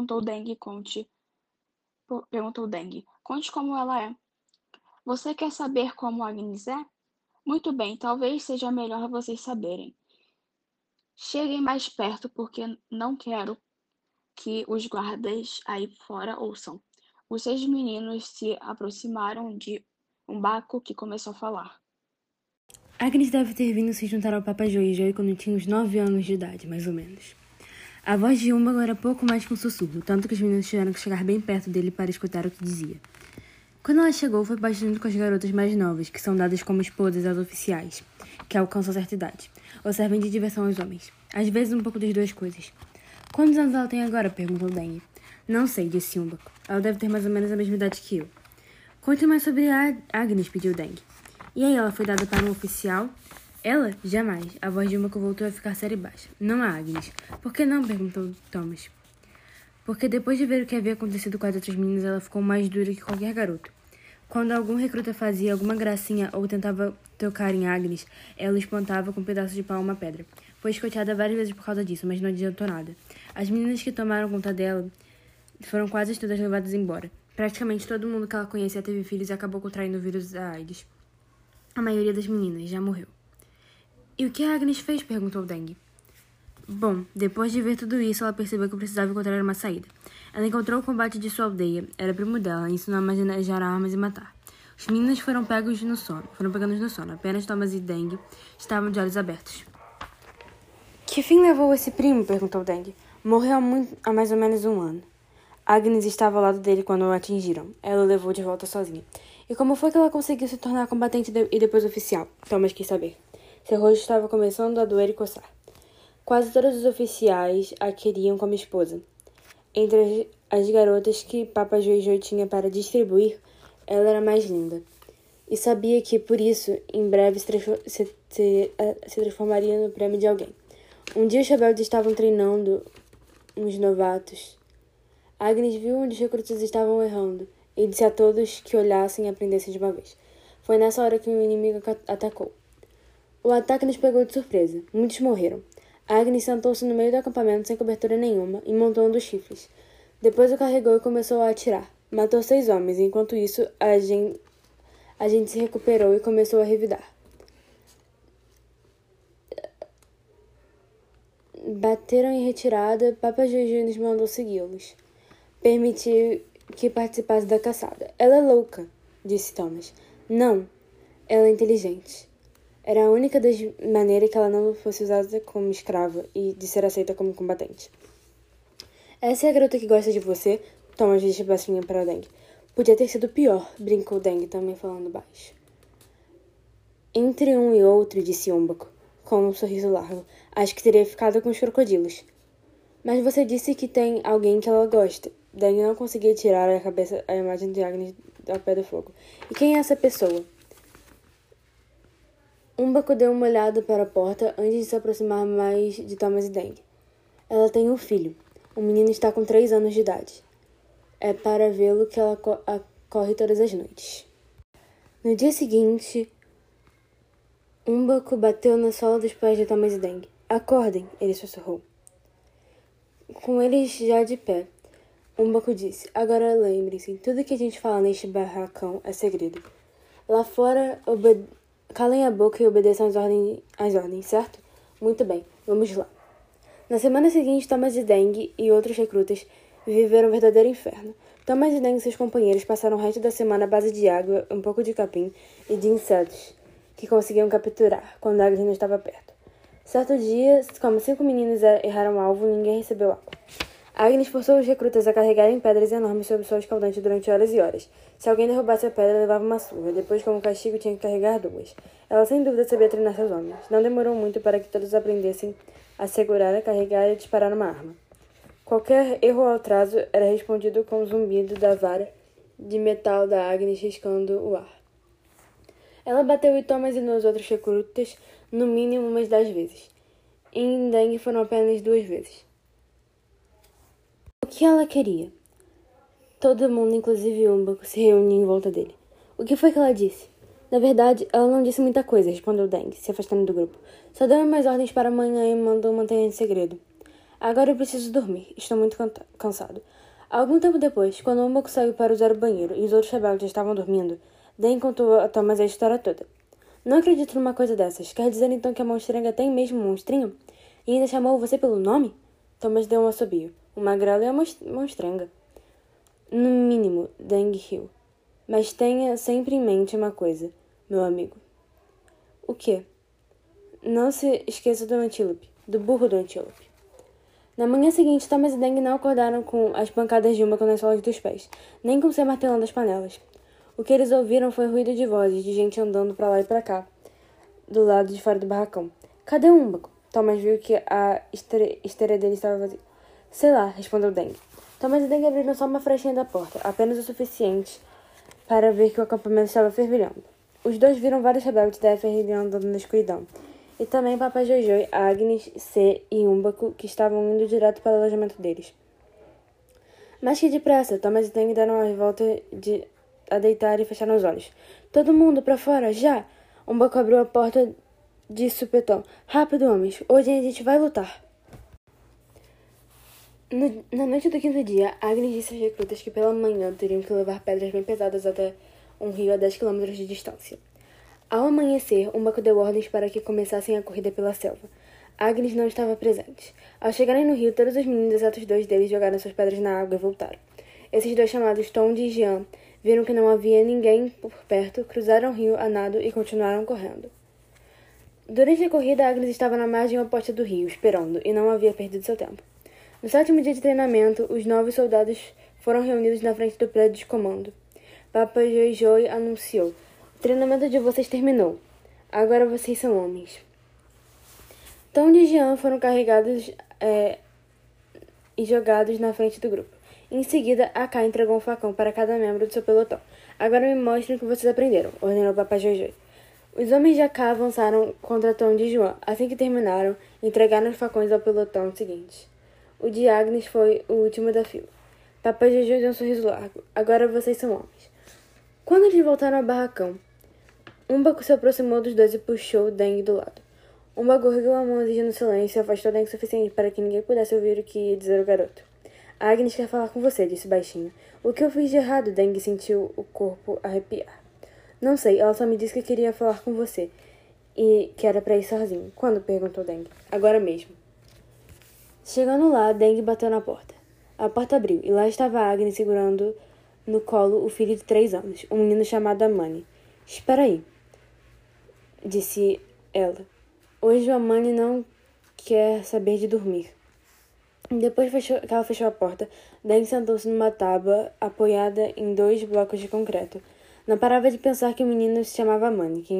Perguntou Deng. Conte como ela é. Você quer saber como Agnes é? Muito bem, talvez seja melhor vocês saberem. Cheguem mais perto porque não quero que os guardas aí fora ouçam. Os 6 meninos se aproximaram de um Baco que começou a falar. Agnes deve ter vindo se juntar ao Papa Joey quando tinha uns 9 anos de idade, mais ou menos. A voz de Umbago era pouco mais que um sussurro, tanto que os meninos tiveram que chegar bem perto dele para escutar o que dizia. Quando ela chegou, foi batendo com as garotas mais novas, que são dadas como esposas aos oficiais, que alcançam certa idade, ou servem de diversão aos homens. Às vezes um pouco das duas coisas. Quantos anos ela tem agora? Perguntou Deng. Não sei, disse Umbago. Ela deve ter mais ou menos a mesma idade que eu. Conte mais sobre a Agnes, pediu Deng. E aí, ela foi dada para um oficial? Ela? Jamais. A voz de Umbaco voltou a ficar séria e baixa. Não a Agnes. Por que não? Perguntou Thomas. Porque depois de ver o que havia acontecido com as outras meninas, ela ficou mais dura que qualquer garoto. Quando algum recruta fazia alguma gracinha ou tentava tocar em Agnes, ela espantava com um pedaço de pau uma pedra. Foi escoteada várias vezes por causa disso, mas não adiantou nada. As meninas que tomaram conta dela foram quase todas levadas embora. Praticamente todo mundo que ela conhecia teve filhos e acabou contraindo o vírus da AIDS. A maioria das meninas já morreu. E o que a Agnes fez? Perguntou Deng. Bom, depois de ver tudo isso, ela percebeu que precisava encontrar uma saída. Ela encontrou o combate de sua aldeia, era primo dela, e ensinou a manejar armas e matar. Os meninos foram pegando no sono. Apenas Thomas e Deng estavam de olhos abertos. Que fim levou esse primo? Perguntou Deng. Morreu há mais ou menos um ano. Agnes estava ao lado dele quando o atingiram. Ela o levou de volta sozinha. E como foi que ela conseguiu se tornar combatente e depois oficial? Thomas quis saber. Seu rosto estava começando a doer e coçar. Quase todos os oficiais a queriam como esposa. Entre as garotas que Papa Joey tinha para distribuir, ela era mais linda. E sabia que, por isso, em breve se transformaria no prêmio de alguém. Um dia os rebeldes estavam treinando uns novatos. Agnes viu onde os recrutas estavam errando e disse a todos que olhassem e aprendessem de uma vez. Foi nessa hora que o inimigo atacou. O ataque nos pegou de surpresa. Muitos morreram. Agnes sentou-se no meio do acampamento sem cobertura nenhuma e montou um dos chifres. Depois o carregou e começou a atirar. Matou 6 homens. Enquanto isso, a gente se recuperou e começou a revidar. Bateram em retirada. Papa Joey nos mandou segui-los. Permitiu que participasse da caçada. Ela é louca, disse Thomas. Não, ela é inteligente. Era a única das maneiras que ela não fosse usada como escrava e de ser aceita como combatente. Essa é a garota que gosta de você? Thomas disse baixinho para Deng. Podia ter sido pior, brincou Deng, também falando baixo. Entre um e outro, disse Umbaco, com um sorriso largo, acho que teria ficado com os crocodilos. Mas você disse que tem alguém que ela gosta. Deng não conseguia tirar da cabeça a imagem de Agnes ao pé do fogo. E quem é essa pessoa? Umbaco deu uma olhada para a porta antes de se aproximar mais de Thomas e Deng. Ela tem um filho. O menino está com 3 anos de idade. É para vê-lo que ela corre todas as noites. No dia seguinte, Umbaco bateu na sola dos pés de Thomas e Deng. Acordem, ele sussurrou. Com eles já de pé, Umbaco disse, agora lembrem-se, tudo que a gente fala neste barracão é segredo. Lá fora, calem a boca e obedeçam às ordens, certo? Muito bem, vamos lá. Na semana seguinte, Thomas e Deng e outros recrutas viveram um verdadeiro inferno. Thomas e Deng e seus companheiros passaram o resto da semana à base de água, um pouco de capim e de insetos que conseguiam capturar quando Agnes não estava perto. Certo dia, como 5 meninos erraram o alvo, ninguém recebeu água. Agnes forçou os recrutas a carregarem pedras enormes sob o sol escaldante durante horas e horas. Se alguém derrubasse a pedra, levava uma surra. Depois, como castigo, tinha que carregar 2. Ela sem dúvida sabia treinar seus homens. Não demorou muito para que todos aprendessem a segurar, a carregar e disparar uma arma. Qualquer erro ou atraso era respondido com o zumbido da vara de metal da Agnes riscando o ar. Ela bateu em Thomas e nos outros recrutas no mínimo umas 10 vezes. e em Deng foram apenas 2 vezes. O que ela queria? Todo mundo, inclusive Umbaco, se reuniu em volta dele. O que foi que ela disse? Na verdade, ela não disse muita coisa, respondeu Deng, se afastando do grupo. Só deu umas ordens para amanhã e mandou manter em segredo. Agora eu preciso dormir. Estou muito cansado. Algum tempo depois, quando Umbaco saiu para usar o banheiro e os outros rebeldes estavam dormindo, Deng contou a Thomas a história toda. Não acredito numa coisa dessas. Quer dizer então que a monstrenga tem mesmo um monstrinho? E ainda chamou você pelo nome? Thomas deu um assobio. O magrelo é a monstrenga. No mínimo, Deng riu. Mas tenha sempre em mente uma coisa, meu amigo. O quê? Não se esqueça do antílope, do burro do antílope. Na manhã seguinte, Thomas e Deng não acordaram com as pancadas de Umbaco nas solas dos pés, nem com ser martelando as panelas. O que eles ouviram foi ruído de vozes, de gente andando pra lá e pra cá, do lado de fora do barracão. Cadê o Umbaco? Thomas viu que a esteira dele estava vazia. Sei lá, respondeu Deng. Thomas e Deng abriram só uma frechinha da porta, apenas o suficiente para ver que o acampamento estava fervilhando. Os dois viram vários rebeldes da FRB andando na escuridão. E também Papai Jojo, Agnes, C e Umbaco, que estavam indo direto para o alojamento deles. Mas que depressa, Thomas e Deng deram a volta a deitar e fecharam os olhos. Todo mundo pra fora, já! Umbaco abriu a porta de supetão. Rápido, homens, hoje a gente vai lutar. Na noite do quinto dia, Agnes disse aos recrutas que pela manhã teriam que levar pedras bem pesadas até um rio a 10 km de distância. Ao amanhecer, Umbaco deu ordens para que começassem a corrida pela selva. Agnes não estava presente. Ao chegarem no rio, todos os meninos, exceto os 2 deles, jogaram suas pedras na água e voltaram. Esses 2, chamados Tom e Jean, viram que não havia ninguém por perto, cruzaram o rio a nado e continuaram correndo. Durante a corrida, Agnes estava na margem oposta do rio, esperando, e não havia perdido seu tempo. No 7º dia de treinamento, os 9 soldados foram reunidos na frente do prédio de comando. Papai Jojo anunciou: o treinamento de vocês terminou. Agora vocês são homens. Tom e Jean foram carregados e jogados na frente do grupo. Em seguida, Akai entregou um facão para cada membro do seu pelotão. Agora me mostrem o que vocês aprenderam, ordenou Papai Jojo. Os homens de Akai avançaram contra Tom e Joan. Assim que terminaram, entregaram os facões ao pelotão seguinte. O de Agnes foi o último da fila. Papai Jojo deu um sorriso largo. Agora vocês são homens. Quando eles voltaram ao barracão, Umbaco se aproximou dos 2 e puxou Deng do lado. Umbaco ergueu a mão exigindo silêncio e afastou Deng o suficiente para que ninguém pudesse ouvir o que ia dizer o garoto. Agnes quer falar com você, disse baixinho. O que eu fiz de errado? Deng sentiu o corpo arrepiar. Não sei, ela só me disse que queria falar com você e que era para ir sozinho. Quando? Perguntou Deng. Agora mesmo. Chegando lá, Deng bateu na porta. A porta abriu e lá estava Agnes segurando no colo o filho de 3 anos, um menino chamado Amani. Espera aí, disse ela. Hoje a Amani não quer saber de dormir. Depois que ela fechou a porta, Deng sentou-se numa tábua apoiada em 2 blocos de concreto. Não parava de pensar que o menino se chamava Amani, que em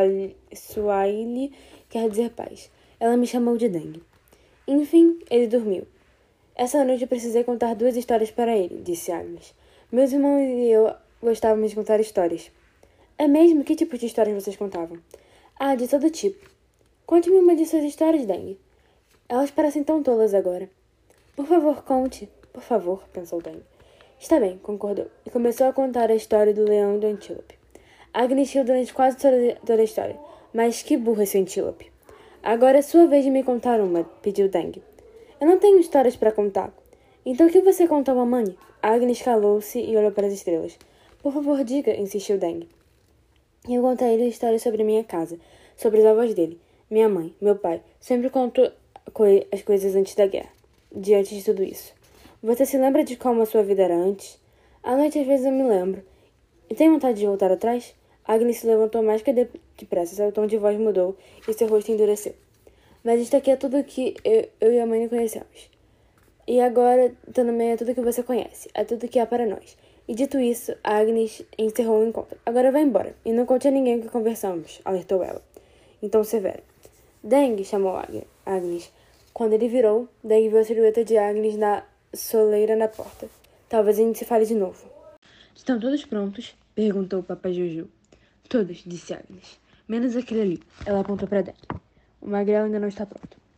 Swahili quer dizer paz. Ela me chamou de Deng. Enfim, ele dormiu. Essa noite eu precisei contar 2 histórias para ele, disse Agnes. Meus irmãos e eu gostávamos de contar histórias. É mesmo? Que tipo de histórias vocês contavam? Ah, de todo tipo. Conte-me uma de suas histórias, Deng. Elas parecem tão tolas agora. Por favor, conte. Por favor, pensou Deng. Está bem, concordou, e começou a contar a história do leão e do antílope. Agnes riu durante quase toda a história. Mas que burro esse antílope. Agora é sua vez de me contar uma, pediu Deng. Eu não tenho histórias para contar. Então o que você contou a mãe? Agnes calou-se e olhou para as estrelas. Por favor, diga, insistiu Deng. Eu contei a ele histórias sobre minha casa, sobre os avós dele, minha mãe, meu pai. Sempre conto as coisas antes da guerra, diante de tudo isso. Você se lembra de como a sua vida era antes? À noite, às vezes, eu me lembro. E tem vontade de voltar atrás? Agnes se levantou mais que depressa, seu tom de voz mudou e seu rosto endureceu. Mas isto aqui é tudo que eu e a mãe conhecemos. E agora, também é tudo que você conhece, é tudo que há para nós. E dito isso, Agnes encerrou o encontro. Agora vai embora, e não conte a ninguém o que conversamos, alertou ela. Então severo. Deng, chamou Agnes. Quando ele virou, Deng viu a silhueta de Agnes na soleira na porta. Talvez a gente se fale de novo. Estão todos prontos? Perguntou o Papai Jojo. Todos, disse Agnes. Menos aquele ali. Ela apontou para Deng. O magrelo ainda não está pronto.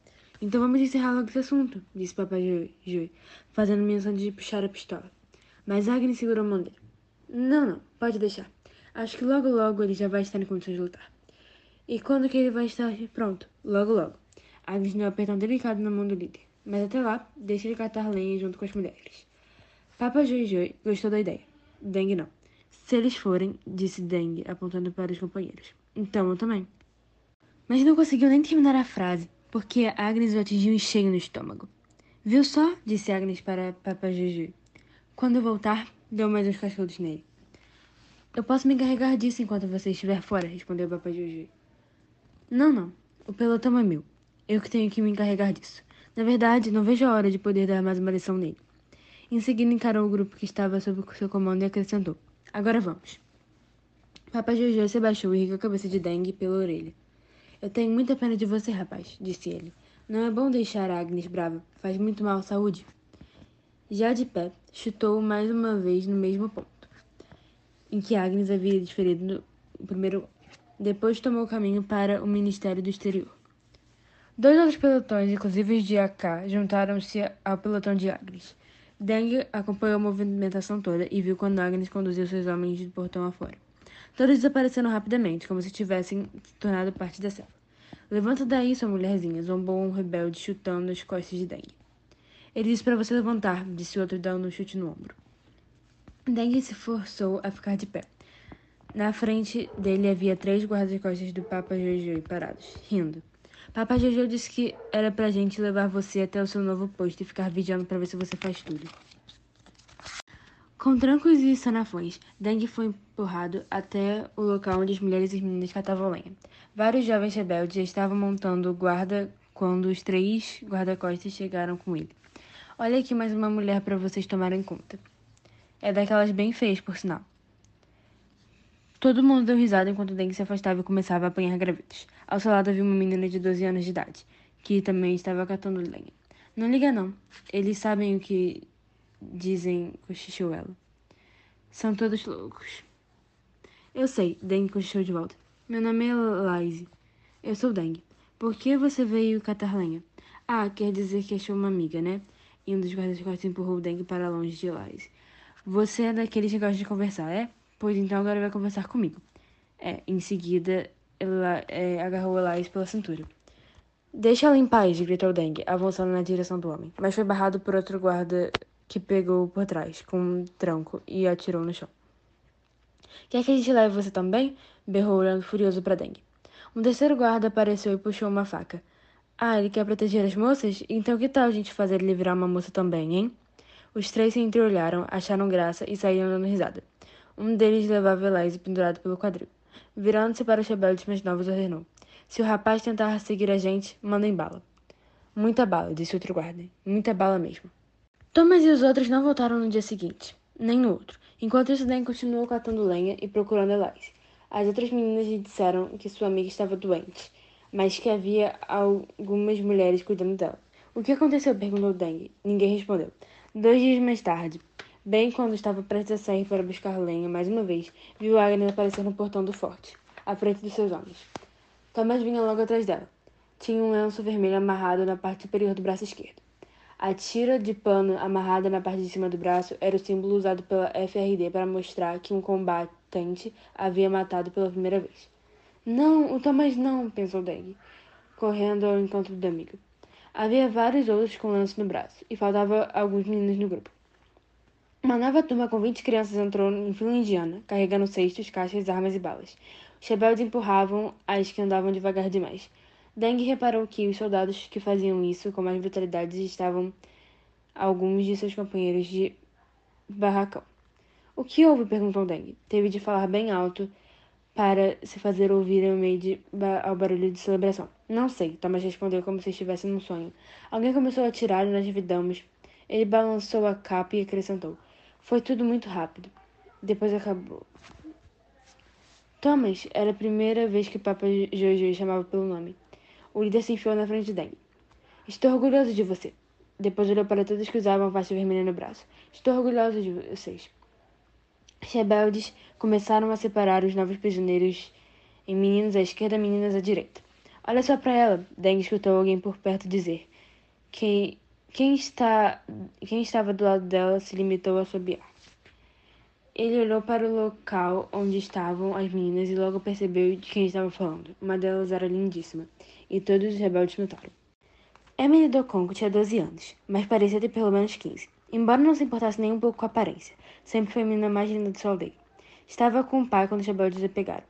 Então vamos encerrar logo esse assunto, disse Papai Joey, fazendo menção de puxar a pistola. Mas Agnes segurou a mão dele. Não, pode deixar. Acho que logo logo ele já vai estar em condições de lutar. E quando que ele vai estar pronto? Logo logo. Agnes deu um apertão delicado na mão do líder. Mas até lá, deixe ele catar lenha junto com as mulheres. Papa Joey gostou da ideia. Deng não. Se eles forem, disse Deng, apontando para os companheiros. Então eu também. Mas não conseguiu nem terminar a frase, porque Agnes o atingiu em cheio no estômago. Viu só? Disse Agnes para Papa Joey. Quando eu voltar, deu mais uns cascudos nele. Eu posso me encarregar disso enquanto você estiver fora, respondeu Papa Joey. Não. O pelotão é meu. Eu que tenho que me encarregar disso. Na verdade, não vejo a hora de poder dar mais uma lição nele. Em seguida, encarou o grupo que estava sob seu comando e acrescentou. Agora vamos. Papa Jojo se abaixou e ergueu a cabeça de Deng pela orelha. Eu tenho muita pena de você, rapaz, disse ele. Não é bom deixar a Agnes brava. Faz muito mal à saúde. Já de pé, chutou mais uma vez no mesmo ponto, em que Agnes havia desferido no primeiro. Depois tomou o caminho para o Ministério do Exterior. 2 outros pelotões, inclusive os de AK, juntaram-se ao pelotão de Agnes. Deng acompanhou a movimentação toda e viu quando Agnes conduziu seus homens do portão afora. Todos desapareceram rapidamente, como se tivessem se tornado parte da selva. Levanta daí, sua mulherzinha, zombou um rebelde chutando as costas de Deng. Ele disse para você levantar, disse o outro dando um chute no ombro. Deng se forçou a ficar de pé. Na frente dele havia 3 guardas-costas do Papa Jojo parados, rindo. Papa Jojo disse que era pra gente levar você até o seu novo posto e ficar vigiando pra ver se você faz tudo. Com trancos e sanafões, Deng foi empurrado até o local onde as mulheres e as meninas catavam lenha. Vários jovens rebeldes já estavam montando guarda quando os 3 guarda-costas chegaram com ele. Olha aqui mais uma mulher para vocês tomarem conta. É daquelas bem feias, por sinal. Todo mundo deu risada enquanto Deng se afastava e começava a apanhar gravetos. Ao seu lado havia uma menina de 12 anos de idade, que também estava catando lenha. Não liga não. Eles sabem o que dizem, cochichou ela. São todos loucos. Eu sei, Deng cochichou de volta. Meu nome é Lizzie. Eu sou Deng. Por que você veio catar lenha? Ah, quer dizer que achou uma amiga, né? E um dos guardas-costas empurrou Deng para longe de Lizzie. Você é daqueles que gosta de conversar, é? Pois então agora vai conversar comigo. Em seguida, ela agarrou Elias pela cintura. Deixa ela em paz, gritou Deng, avançando na direção do homem. Mas foi barrado por outro guarda que pegou por trás, com um tranco, e atirou no chão. Quer que a gente leve você também? Berrou, olhando furioso para Deng. Um terceiro guarda apareceu e puxou uma faca. Ah, ele quer proteger as moças? Então que tal a gente fazer ele virar uma moça também, hein? Os 3 se entreolharam, acharam graça e saíram dando risada. Um deles levava Elias pendurado pelo quadril. Virando-se para os rebeldes mais novos, ordenou. Se o rapaz tentar seguir a gente, mandem bala. Muita bala, disse outro guarda. Muita bala mesmo. Thomas e os outros não voltaram no dia seguinte, nem no outro. Enquanto isso, Dan continuou catando lenha e procurando Elias. As outras meninas lhe disseram que sua amiga estava doente, mas que havia algumas mulheres cuidando dela. O que aconteceu? Perguntou Deng. Ninguém respondeu. 2 dias mais tarde, bem quando estava prestes a sair para buscar lenha mais uma vez, viu Agnes aparecer no portão do forte, à frente dos seus homens. Thomas vinha logo atrás dela. Tinha um lenço vermelho amarrado na parte superior do braço esquerdo. A tira de pano amarrada na parte de cima do braço era o símbolo usado pela FRD para mostrar que um combatente havia matado pela primeira vez. Não, o Thomas não, pensou Deng, correndo ao encontro do amigo. Havia vários outros com lenço no braço, e faltava alguns meninos no grupo. Uma nova turma com 20 crianças entrou em fila indiana, carregando cestos, caixas, armas e balas. Os rebeldes empurravam as que andavam devagar demais. Deng reparou que os soldados que faziam isso com mais brutalidade estavam alguns de seus companheiros de barracão. O que houve? Perguntou Deng. Teve de falar bem alto para se fazer ouvir ao meio ao barulho de celebração. Não sei, Thomas respondeu como se estivesse num sonho. Alguém começou a atirar e nós vidamos. Ele balançou a capa e acrescentou. Foi tudo muito rápido. Depois acabou. Thomas era a primeira vez que Papa Jojo chamava pelo nome. O líder se enfiou na frente de Deng. Estou orgulhoso de você. Depois olhou para todos que usavam a faixa vermelha no braço. Estou orgulhoso de vocês. Os rebeldes começaram a separar os novos prisioneiros em meninos à esquerda e meninas à direita. Olha só para ela, Deng escutou alguém por perto dizer. Quem, quem estava do lado dela se limitou a assobiar. Ele olhou para o local onde estavam as meninas e logo percebeu de quem estava falando. Uma delas era lindíssima, e todos os rebeldes notaram. Emily Docongo tinha 12 anos, mas parecia ter pelo menos 15. Embora não se importasse nem um pouco com a aparência, sempre foi a menina mais linda de sua aldeia. Estava com o pai quando os rebeldes a pegaram.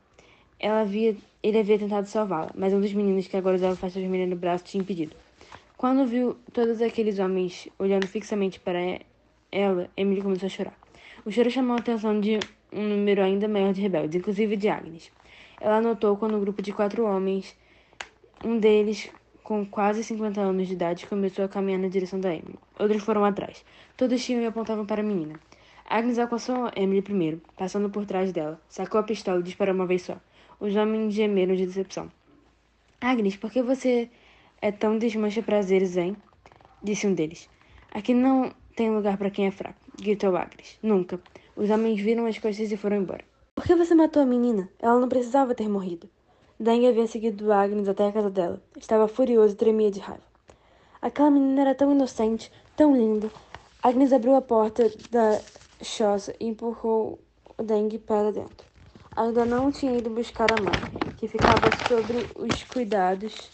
Ele havia tentado salvá-la, mas um dos meninos que agora usava faixa vermelha no braço tinha impedido. Quando viu todos aqueles homens olhando fixamente para ela, Emily começou a chorar. O choro chamou a atenção de um número ainda maior de rebeldes, inclusive de Agnes. Ela notou quando um grupo de 4 homens, um deles com quase 50 anos de idade, começou a caminhar na direção da Emily. Outros foram atrás. Todos tinham e apontavam para a menina. Agnes alcançou Emily primeiro, passando por trás dela. Sacou a pistola e disparou uma vez só. Os homens gemeram de decepção. Agnes, por que você é tão desmancha-prazeres, hein? Disse um deles. Aqui não tem lugar para quem é fraco, gritou Agnes. Nunca. Os homens viram as costas e foram embora. Por que você matou a menina? Ela não precisava ter morrido. Deng havia seguido Agnes até a casa dela. Estava furioso e tremia de raiva. Aquela menina era tão inocente, tão linda. Agnes abriu a porta da choça e empurrou o Deng para dentro. Ainda não tinha ido buscar a mãe, que ficava sobre os cuidados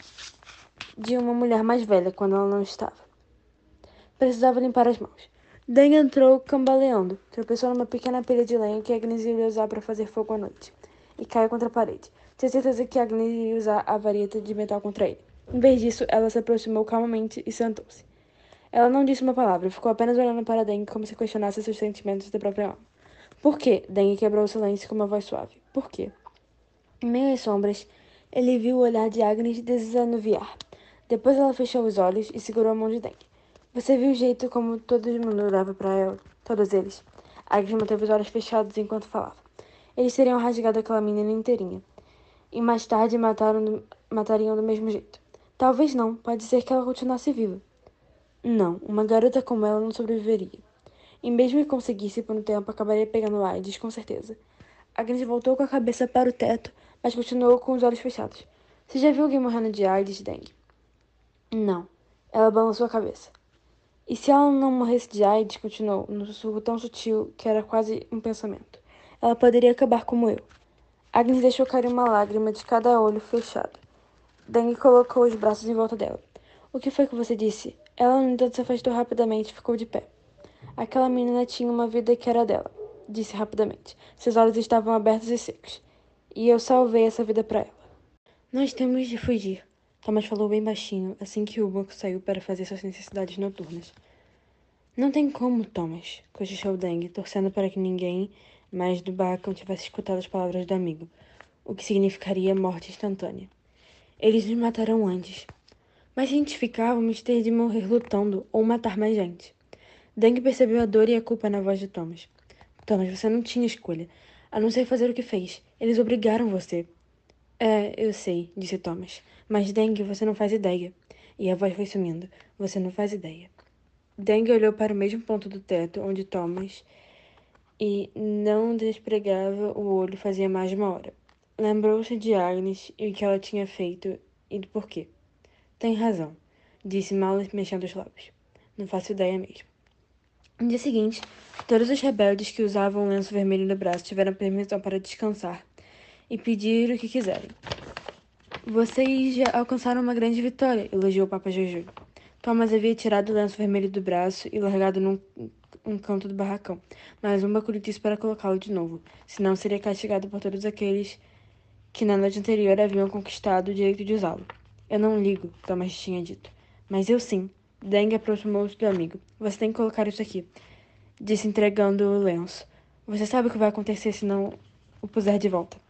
de uma mulher mais velha quando ela não estava. Precisava limpar as mãos. Deng entrou cambaleando, tropeçou numa pequena pilha de lenha que Agnes ia usar para fazer fogo à noite, e caiu contra a parede. Tinha certeza que Agnes ia usar a vareta de metal contra ele. Em vez disso, ela se aproximou calmamente e sentou-se. Ela não disse uma palavra, ficou apenas olhando para Deng como se questionasse seus sentimentos da própria alma. Por quê? Deng quebrou o silêncio com uma voz suave. Por quê? Em meio às sombras, ele viu o olhar de Agnes desanuviar. Depois ela fechou os olhos e segurou a mão de Deng. Você viu o jeito como todo mundo olhava para ela? Todos eles. Agnes manteve os olhos fechados enquanto falava. Eles teriam rasgado aquela menina inteirinha. E mais tarde matariam do mesmo jeito. Talvez não. Pode ser que ela continuasse viva. Não. Uma garota como ela não sobreviveria. E mesmo que conseguisse por um tempo, acabaria pegando AIDS, com certeza. Agnes voltou com a cabeça para o teto, mas continuou com os olhos fechados. Você já viu alguém morrendo de AIDS, Deng? Não. Ela balançou a cabeça. E se ela não morresse de AIDS, continuou, num sussurro tão sutil que era quase um pensamento. Ela poderia acabar como eu. Agnes deixou cair uma lágrima de cada olho fechado. Deng colocou os braços em volta dela. O que foi que você disse? Ela, no entanto, se afastou rapidamente e ficou de pé. Aquela menina tinha uma vida que era dela, disse rapidamente. Seus olhos estavam abertos e secos. E eu salvei essa vida para ela. Nós temos de fugir. Thomas falou bem baixinho, assim que o banco saiu para fazer suas necessidades noturnas. Não tem como, Thomas, cochichou Deng, torcendo para que ninguém mais do barracão tivesse escutado as palavras do amigo, o que significaria morte instantânea. Eles nos matarão antes. Mas se a gente ficar, vamos ter de morrer lutando ou matar mais gente. Deng percebeu a dor e a culpa na voz de Thomas. Thomas, você não tinha escolha, a não ser fazer o que fez. Eles obrigaram você. Eu sei, disse Thomas. Mas, Deng, você não faz ideia. E a voz foi sumindo. Você não faz ideia. Deng olhou para o mesmo ponto do teto onde Thomas e não despregava o olho fazia mais de uma hora. Lembrou-se de Agnes e o que ela tinha feito e do porquê. Tem razão, disse mal mexendo os lábios. Não faço ideia mesmo. No dia seguinte, todos os rebeldes que usavam o lenço vermelho no braço tiveram permissão para descansar e pedir o que quiserem. Vocês já alcançaram uma grande vitória, elogiou o Papa Jojo. Thomas havia tirado o lenço vermelho do braço e largado num canto do barracão, mas um bacuri disse para colocá-lo de novo, senão seria castigado por todos aqueles que na noite anterior haviam conquistado o direito de usá-lo. Eu não ligo, Thomas tinha dito. Mas eu sim. Deng aproximou-se do amigo. Você tem que colocar isso aqui, disse entregando o lenço. Você sabe o que vai acontecer se não o puser de volta.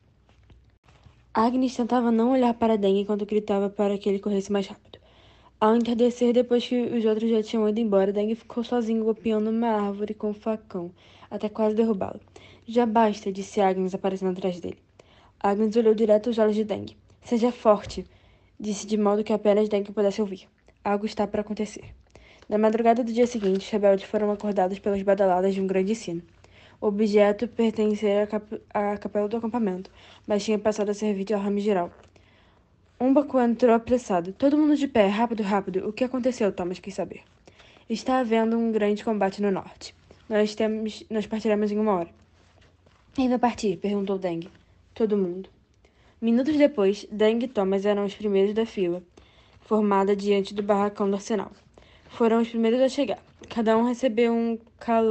Agnes tentava não olhar para Deng enquanto gritava para que ele corresse mais rápido. Ao entardecer, depois que os outros já tinham ido embora, Deng ficou sozinho golpeando uma árvore com um facão, até quase derrubá-lo. Já basta, disse Agnes aparecendo atrás dele. Agnes olhou direto aos olhos de Deng. Seja forte, disse de modo que apenas Deng pudesse ouvir. Algo está para acontecer. Na madrugada do dia seguinte, os rebeldes foram acordados pelas badaladas de um grande sino. O objeto pertencia à capela do acampamento, mas tinha passado a servir de alarme geral. Umbaku entrou apressado. Todo mundo de pé, rápido, rápido. O que aconteceu? Thomas quis saber. Está havendo um grande combate no norte. Nós partiremos em 1 hora. Quem vai partir? Perguntou Deng. Todo mundo. Minutos depois, Deng e Thomas eram os primeiros da fila, formada diante do barracão do arsenal. Foram os primeiros a chegar. Cada um recebeu um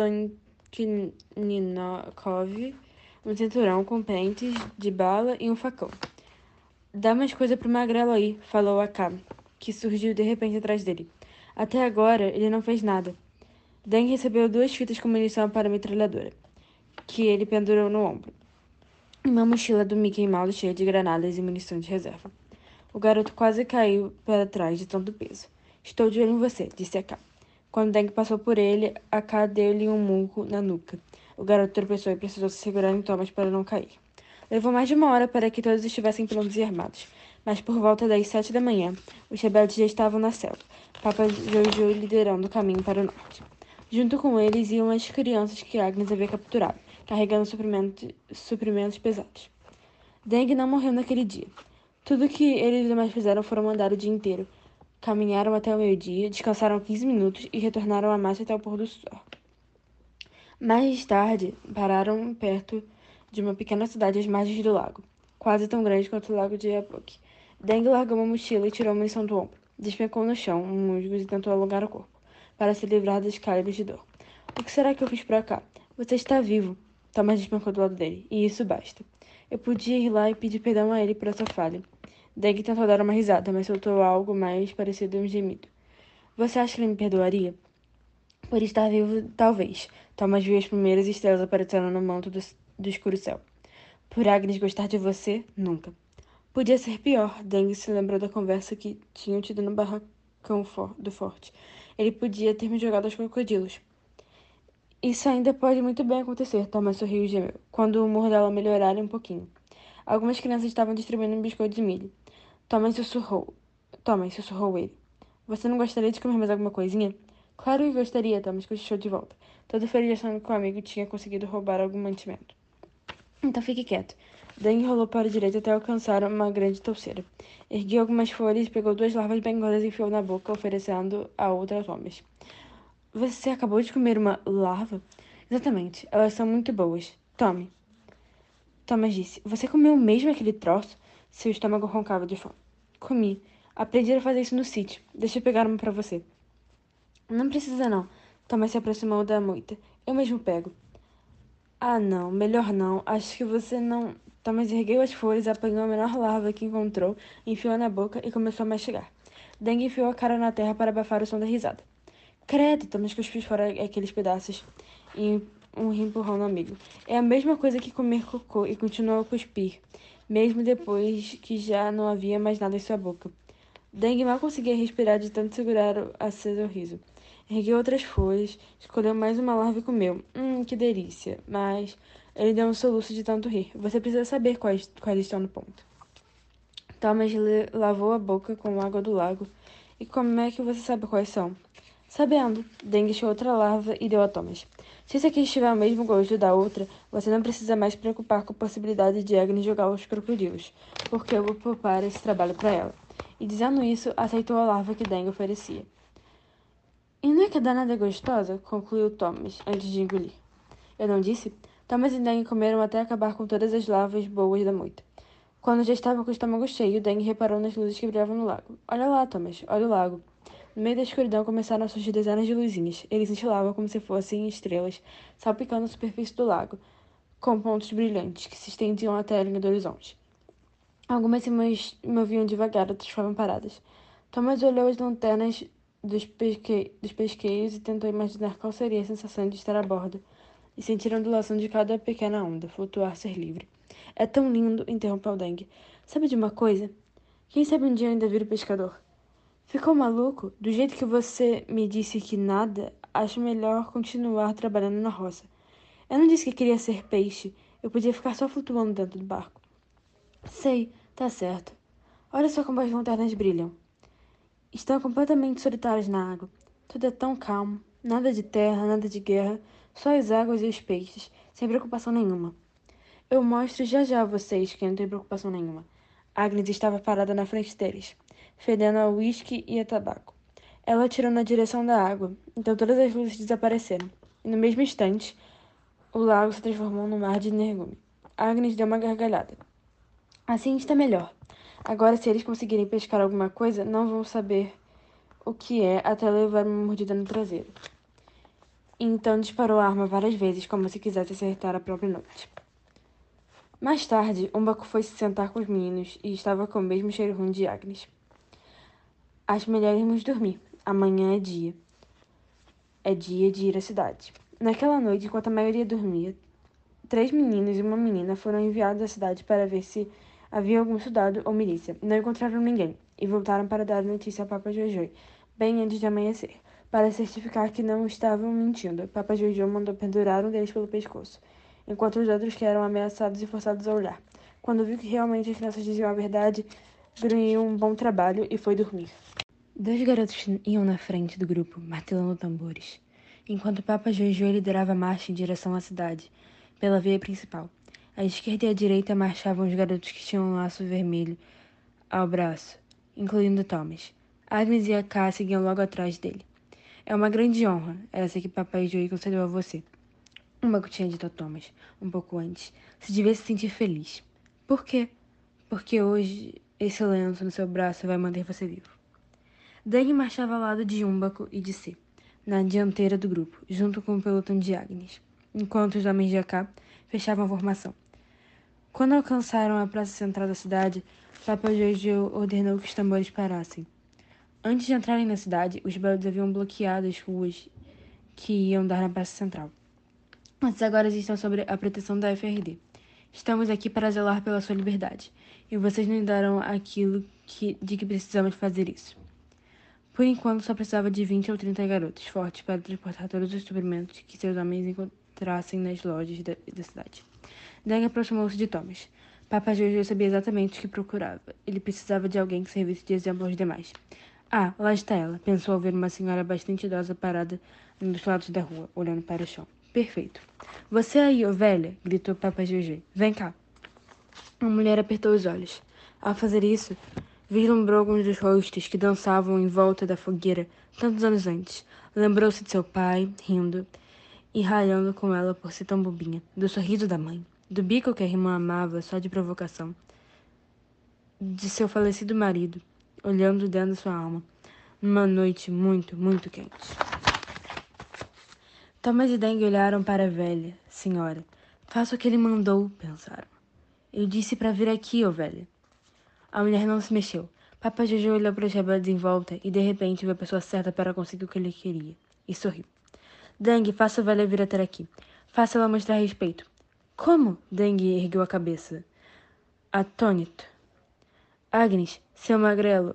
Kalashnikov, um cinturão com pentes de bala e um facão. Dá mais coisa pro magrelo aí, falou Akam, que surgiu de repente atrás dele. Até agora, ele não fez nada. Deng recebeu 2 fitas com munição para a metralhadora, que ele pendurou no ombro. Uma mochila do Mickey Mouse cheia de granadas e munição de reserva. O garoto quase caiu para trás de tanto peso. Estou de olho em você, disse Akam. Quando Deng passou por ele, Akam deu-lhe um murro na nuca. O garoto tropeçou e precisou se segurar em Thomas para não cair. Levou mais de 1 hora para que todos estivessem prontos e armados. Mas por volta das 7 da manhã, os rebeldes já estavam na selva, Papa Jojo liderando o caminho para o norte. Junto com eles iam as crianças que Agnes havia capturado, carregando suprimentos pesados. Deng não morreu naquele dia. Tudo que eles e demais fizeram foram mandar o dia inteiro. Caminharam até o meio-dia, descansaram 15 minutos e retornaram à marcha até o pôr do sol. Mais tarde, pararam perto de uma pequena cidade às margens do lago, quase tão grande quanto o lago de Yapok. Deng largou uma mochila e tirou a munição do ombro. Despencou no chão musgos e tentou alongar o corpo, para se livrar das calibres de dor. O que será que eu fiz pra cá? Você está vivo. Thomas despencou do lado dele, e isso basta. Eu podia ir lá e pedir perdão a ele por essa falha. Deng tentou dar uma risada, mas soltou algo mais parecido a um gemido. Você acha que ele me perdoaria? Por estar vivo, talvez. Thomas viu as primeiras estrelas aparecendo no manto do escuro céu. Por Agnes gostar de você? Nunca. Podia ser pior. Deng se lembrou da conversa que tinham tido no barracão do forte. Ele podia ter me jogado aos crocodilos. Isso ainda pode muito bem acontecer, Thomas sorriu e gemeu, quando o humor dela melhorar um pouquinho. Algumas crianças estavam distribuindo um biscoito de milho. Thomas sussurrou ele. Você não gostaria de comer mais alguma coisinha? Claro que gostaria, Thomas cochichou de volta, todo feliz achando que o amigo tinha conseguido roubar algum mantimento. Então fique quieto. Deng rolou para a direita até alcançar uma grande touceira. Ergueu algumas folhas e pegou 2 larvas bem gordas e enfiou na boca, oferecendo a outra a Thomas. Você acabou de comer uma larva? Exatamente. Elas são muito boas. Tome. Thomas disse. Você comeu mesmo aquele troço? Seu estômago roncava de fome. Comi. Aprendi a fazer isso no sítio. Deixa eu pegar uma para você. Não precisa não. Thomas se aproximou da moita. Eu mesmo pego. Ah, não. Melhor não. Acho que você não... Thomas ergueu as folhas, apanhou a menor larva que encontrou, enfiou na boca e começou a mastigar. Deng enfiou a cara na terra para abafar o som da risada. Credo, Thomas cuspiu fora aqueles pedaços e um empurrão no amigo. É a mesma coisa que comer cocô e continuou a cuspir, mesmo depois que já não havia mais nada em sua boca. Deng mal conseguia respirar de tanto segurar o aceso riso. Ergueu outras folhas, escolheu mais uma larva e comeu. Que delícia! Mas ele deu um soluço de tanto rir. Você precisa saber quais estão no ponto. Thomas lavou a boca com água do lago. E como é que você sabe quais são? Sabendo, Deng achou outra larva e deu a Thomas. Se esse aqui estiver ao mesmo gosto da outra, você não precisa mais se preocupar com a possibilidade de Agnes jogar aos crocodilos, porque eu vou poupar esse trabalho para ela. E dizendo isso, aceitou a larva que Deng oferecia. E não é que a danada é gostosa? Concluiu Thomas, antes de engolir. Eu não disse? Thomas e Deng comeram até acabar com todas as larvas boas da moita. Quando já estava com o estômago cheio, Deng reparou nas luzes que brilhavam no lago. Olha lá, Thomas, olha o lago. No meio da escuridão começaram a surgir dezenas de luzinhas. Eles cintilavam como se fossem estrelas, salpicando a superfície do lago, com pontos brilhantes que se estendiam até a linha do horizonte. Algumas se moviam devagar, outras estavam paradas. Thomas olhou as lanternas dos pesqueiros e tentou imaginar qual seria a sensação de estar a bordo e sentir a ondulação de cada pequena onda, flutuar, ser livre. É tão lindo, interrompeu Deng. Sabe de uma coisa? Quem sabe um dia eu ainda viro pescador? Ficou maluco? Do jeito que você me disse que nada, acho melhor continuar trabalhando na roça. Eu não disse que queria ser peixe. Eu podia ficar só flutuando dentro do barco. Sei, tá certo. Olha só como as lanternas brilham. Estão completamente solitárias na água. Tudo é tão calmo. Nada de terra, nada de guerra. Só as águas e os peixes, sem preocupação nenhuma. Eu mostro já já a vocês que não tem preocupação nenhuma. Agnes estava parada na frente deles, fedendo a uísque e a tabaco. Ela atirou na direção da água, então todas as luzes desapareceram, e no mesmo instante, o lago se transformou num mar de energúmeno. Agnes deu uma gargalhada. Assim está melhor. Agora, se eles conseguirem pescar alguma coisa, não vão saber o que é até levar uma mordida no traseiro. Então disparou a arma várias vezes, como se quisesse acertar a própria noite. Mais tarde, Umbaco foi se sentar com os meninos e estava com o mesmo cheiro ruim de Agnes. Acho melhor irmos dormir. Amanhã é dia. É dia de ir à cidade. Naquela noite, enquanto a maioria dormia, 3 meninos e uma menina foram enviados à cidade para ver se havia algum soldado ou milícia. Não encontraram ninguém e voltaram para dar notícia a Papa Jojo, bem antes de amanhecer. Para certificar que não estavam mentindo, Papa Jojo mandou pendurar um deles pelo pescoço, enquanto os outros que eram ameaçados e forçados a olhar. Quando viu que realmente as crianças diziam a verdade, grunhiu um bom trabalho e foi dormir. 2 garotos iam na frente do grupo, martelando tambores, enquanto Papa Jojo liderava a marcha em direção à cidade, pela via principal. À esquerda e à direita marchavam os garotos que tinham um laço vermelho ao braço, incluindo Thomas. Agnes e a K seguiam logo atrás dele. É uma grande honra, essa que Papai Joey concedeu a você. Umbaco tinha dito a Thomas, um pouco antes. Se devia se sentir feliz. Por quê? Porque hoje esse lenço no seu braço vai manter você vivo. Deng marchava ao lado de Umbaco e de C, na dianteira do grupo, junto com o pelotão de Agnes, enquanto os homens de AK fechavam a formação. Quando alcançaram a praça central da cidade, Papa Jojo ordenou que os tambores parassem. Antes de entrarem na cidade, os rebeldes haviam bloqueado as ruas que iam dar na praça central. Mas agora estão sob a proteção da FRD. Estamos aqui para zelar pela sua liberdade, e vocês nos darão aquilo de que precisamos fazer isso. Por enquanto, só precisava de 20 ou 30 garotos fortes para transportar todos os suprimentos que seus homens encontrassem nas lojas da cidade. Deng aproximou-se de Thomas. Papa Jojo sabia exatamente o que procurava. Ele precisava de alguém que servisse de exemplo aos demais. Ah, lá está ela, pensou ao ver uma senhora bastante idosa parada num dos lados da rua, olhando para o chão. Perfeito. Você aí, ô velha, gritou Papa Jojo. Vem cá. A mulher apertou os olhos. Ao fazer isso, vislumbrou alguns dos rostos que dançavam em volta da fogueira tantos anos antes. Lembrou-se de seu pai, rindo e ralhando com ela por ser tão bobinha, do sorriso da mãe, do bico que a irmã amava só de provocação, de seu falecido marido, olhando dentro de sua alma, numa noite muito, muito quente. Thomas e Deng olharam para a velha senhora. Faça o que ele mandou, pensaram. Eu disse para vir aqui, ô velha. A mulher não se mexeu. Papa Jojo olhou para os rebeldes em volta e, de repente, viu a pessoa certa para conseguir o que ele queria. E sorriu. Deng, faça a velha vir até aqui. Faça ela mostrar respeito. Como? Deng ergueu a cabeça, atônito. Agnes, seu magrelo,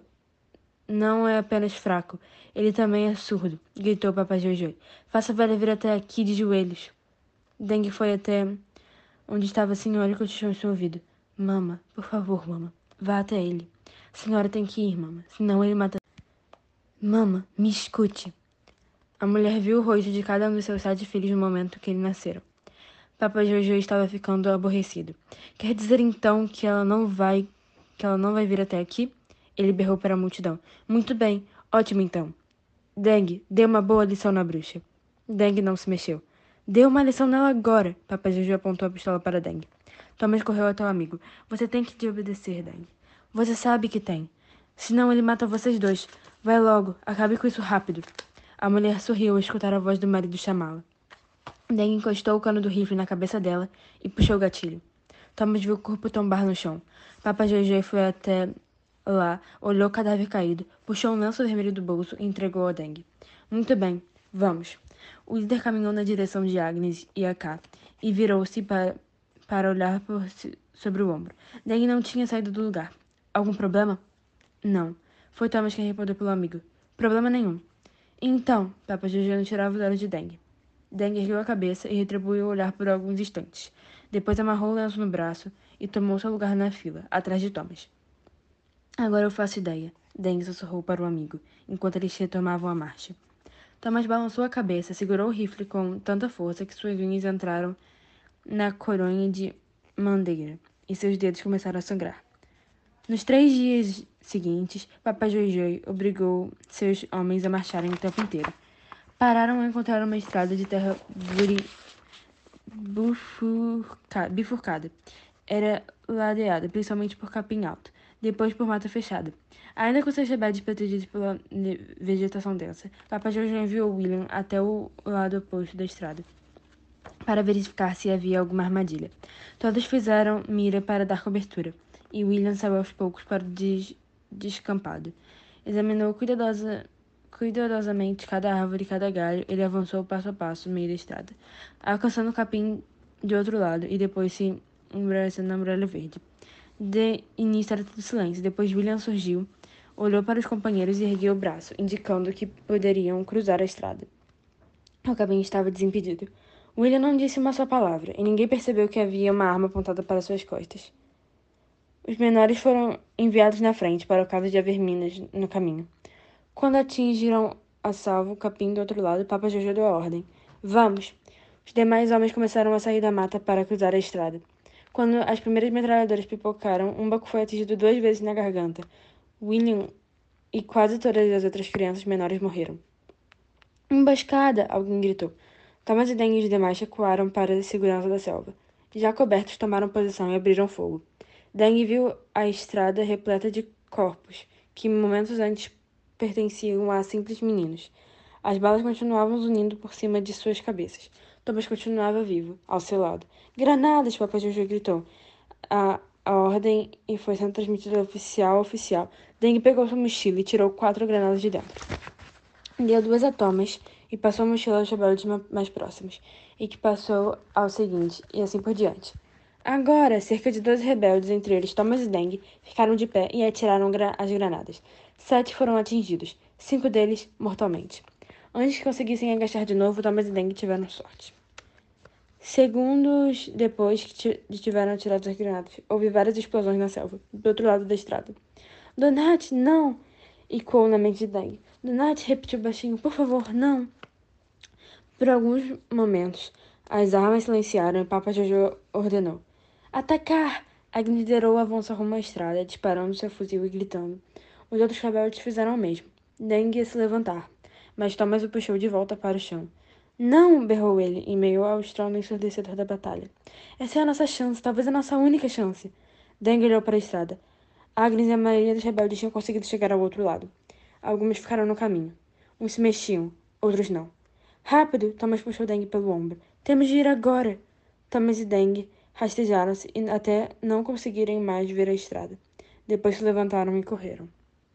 não é apenas fraco. Ele também é surdo, gritou Papa Jojo. Faça a velha vir até aqui de joelhos. Deng foi até onde estava a senhora e cochichou em seu ouvido. Mama, por favor, mama, vá até ele. A senhora tem que ir, mama, senão ele mata... Mama, me escute. A mulher viu o rosto de cada um dos seus 7 filhos no momento que eles nasceram. Papa Jojo estava ficando aborrecido. Quer dizer então que ela não vai vir até aqui? Ele berrou para a multidão. Muito bem, ótimo então. Deng, dê uma boa lição na bruxa. Deng não se mexeu. Dê uma lição nela agora. Papa Jojo apontou a pistola para Deng. Thomas correu até o amigo. Você tem que te obedecer, Deng. Você sabe que tem. Senão ele mata vocês dois. Vai logo, acabe com isso rápido. A mulher sorriu ao escutar a voz do marido chamá-la. Deng encostou o cano do rifle na cabeça dela e puxou o gatilho. Thomas viu o corpo tombar no chão. Papa Jojo foi até lá, olhou o cadáver caído, puxou um lenço vermelho do bolso e entregou a Deng. Muito bem, vamos. O líder caminhou na direção de Agnes e AK e virou-se para olhar sobre o ombro. Deng não tinha saído do lugar. Algum problema? Não. Foi Thomas quem respondeu pelo amigo. Problema nenhum. Então, Papa Jojo não tirava os olhos de Deng. Deng ergueu a cabeça e retribuiu o olhar por alguns instantes. Depois amarrou o lenço no braço e tomou seu lugar na fila, atrás de Thomas. Agora eu faço ideia, Deng sussurrou para o amigo, enquanto eles retomavam a marcha. Thomas balançou a cabeça, segurou o rifle com tanta força que suas unhas entraram na coronha de madeira e seus dedos começaram a sangrar. Nos 3 dias seguintes, Papai Joy obrigou seus homens a marcharem o tempo inteiro. Pararam e encontraram uma estrada de terra bifurcada. Era ladeada, principalmente por capim alto, depois por mata fechada. Ainda com seus rebedes protegidos pela vegetação densa, Papai Jojo enviou William até o lado oposto da estrada, para verificar se havia alguma armadilha. Todos fizeram mira para dar cobertura, e William saiu aos poucos para o descampado. Examinou cuidadosamente cada árvore e cada galho. Ele avançou passo a passo no meio da estrada, alcançando o capim de outro lado e depois se embaraçando na muralha verde. De início era tudo silêncio. Depois William surgiu, olhou para os companheiros e ergueu o braço, indicando que poderiam cruzar a estrada. O caminho estava desimpedido. William não disse uma só palavra, e ninguém percebeu que havia uma arma apontada para suas costas. Os menores foram enviados na frente, para o caso de haver minas no caminho. Quando atingiram a salvo o capim do outro lado, Papa Jojo deu a ordem. Vamos! Os demais homens começaram a sair da mata para cruzar a estrada. Quando as primeiras metralhadoras pipocaram, um Buck foi atingido 2 vezes na garganta. William e quase todas as outras crianças menores morreram. Emboscada! Alguém gritou. Thomas e Deng e os demais recuaram para a segurança da selva. Já cobertos, tomaram posição e abriram fogo. Deng viu a estrada repleta de corpos, que momentos antes pertenciam a simples meninos. As balas continuavam zunindo por cima de suas cabeças. Thomas continuava vivo, ao seu lado. Granadas! Papai Jojo gritou. A ordem e foi sendo transmitida oficial a oficial. Deng pegou sua mochila e tirou 4 granadas de dentro. Deu 2 a Thomas e passou a mochila aos rebeldes mais próximos, e que passou ao seguinte, e assim por diante. Agora, cerca de 12 rebeldes, entre eles Thomas e Deng, ficaram de pé e atiraram as granadas. 7 foram atingidos, 5 deles mortalmente. Antes que conseguissem agachar de novo, Thomas e Deng tiveram sorte. Segundos depois que tiveram atirado as granadas, houve várias explosões na selva, do outro lado da estrada. Donat, não! Ecoou na mente de Deng. Donat repetiu baixinho, por favor, não! Por alguns momentos, as armas silenciaram e Papa Jojo ordenou. Atacar! Agnes liderou o avanço rumo à estrada, disparando seu fuzil e gritando. Os outros rebeldes fizeram o mesmo. Deng ia se levantar, mas Thomas o puxou de volta para o chão. Não! Berrou ele, em meio ao estrondo ensurdecedor da batalha. Essa é a nossa chance, talvez a nossa única chance. Deng olhou para a estrada. Agnes e a maioria dos rebeldes tinham conseguido chegar ao outro lado. Alguns ficaram no caminho. Uns se mexiam, outros não. Rápido! Thomas puxou Deng pelo ombro. Temos de ir agora! Thomas e Deng rastejaram-se até não conseguirem mais ver a estrada. Depois se levantaram e correram.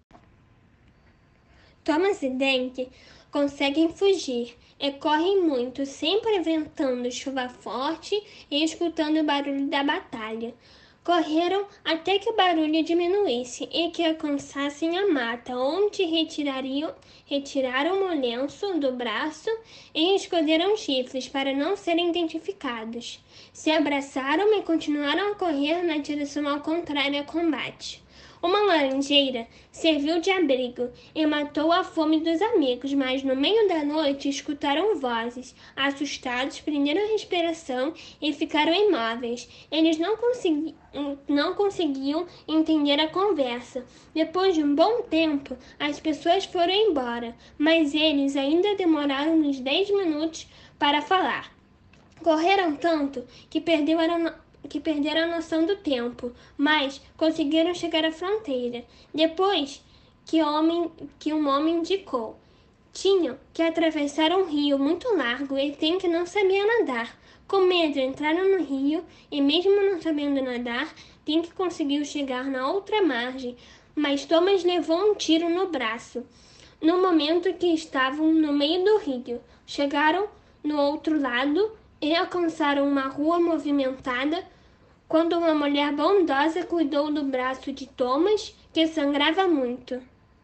Thomas e Deng conseguem fugir e correm muito, sempre ventando chuva forte e escutando o barulho da batalha. Correram até que o barulho diminuísse e que alcançassem a mata, onde retiraram o lenço do braço e esconderam os rifles para não serem identificados. Se abraçaram e continuaram a correr na direção ao contrário ao combate. Uma laranjeira serviu de abrigo e matou a fome dos amigos, mas no meio da noite escutaram vozes. Assustados, prenderam a respiração e ficaram imóveis. Eles não conseguiam entender a conversa. Depois de um bom tempo, as pessoas foram embora, mas eles ainda demoraram uns 10 minutos para falar. Correram tanto que perderam a noção do tempo, mas conseguiram chegar à fronteira. Depois que um homem indicou. Tinham que atravessar um rio muito largo e tem que não sabia nadar. Com medo, entraram no rio e, mesmo não sabendo nadar, tem que conseguiu chegar na outra margem, mas Thomas levou um tiro no braço. No momento que estavam no meio do rio, chegaram no outro lado e alcançaram uma rua movimentada, quando uma mulher bondosa cuidou do braço de Thomas, que sangrava muito.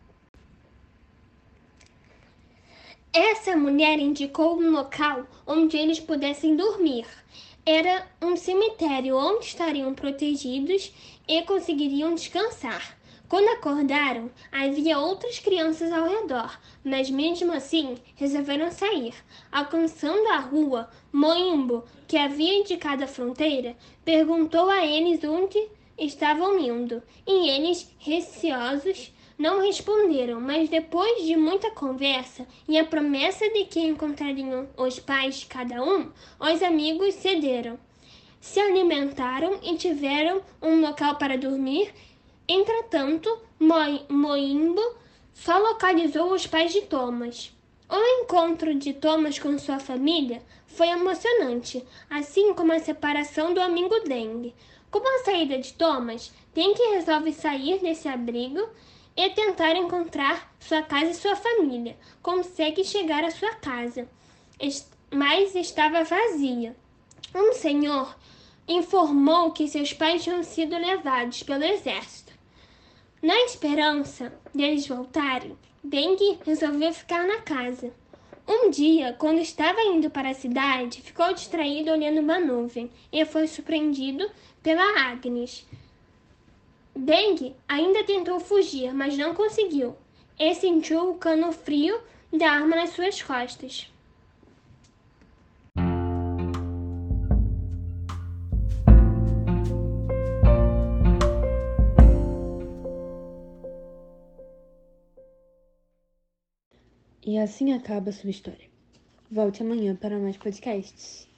Essa mulher indicou um local onde eles pudessem dormir. Era um cemitério onde estariam protegidos e conseguiriam descansar. Quando acordaram, havia outras crianças ao redor, mas mesmo assim resolveram sair. Alcançando a rua, Moimbo, que havia indicado a fronteira, perguntou a eles onde estavam indo, e eles, receosos, não responderam, mas depois de muita conversa e a promessa de que encontrariam os pais de cada um, os amigos cederam. Se alimentaram e tiveram um local para dormir. Entretanto, Moimbo só localizou os pais de Thomas. O encontro de Thomas com sua família foi emocionante, assim como a separação do amigo Deng. Com a saída de Thomas, Deng resolve sair desse abrigo e tentar encontrar sua casa e sua família. Consegue chegar à sua casa, mas estava vazia. Um senhor informou que seus pais tinham sido levados pelo exército. Na esperança deles voltarem, Deng resolveu ficar na casa. Um dia, quando estava indo para a cidade, ficou distraído olhando uma nuvem e foi surpreendido pela Agnes. Deng ainda tentou fugir, mas não conseguiu, e sentiu o cano frio da arma nas suas costas. E assim acaba a sua história. Volte amanhã para mais podcasts.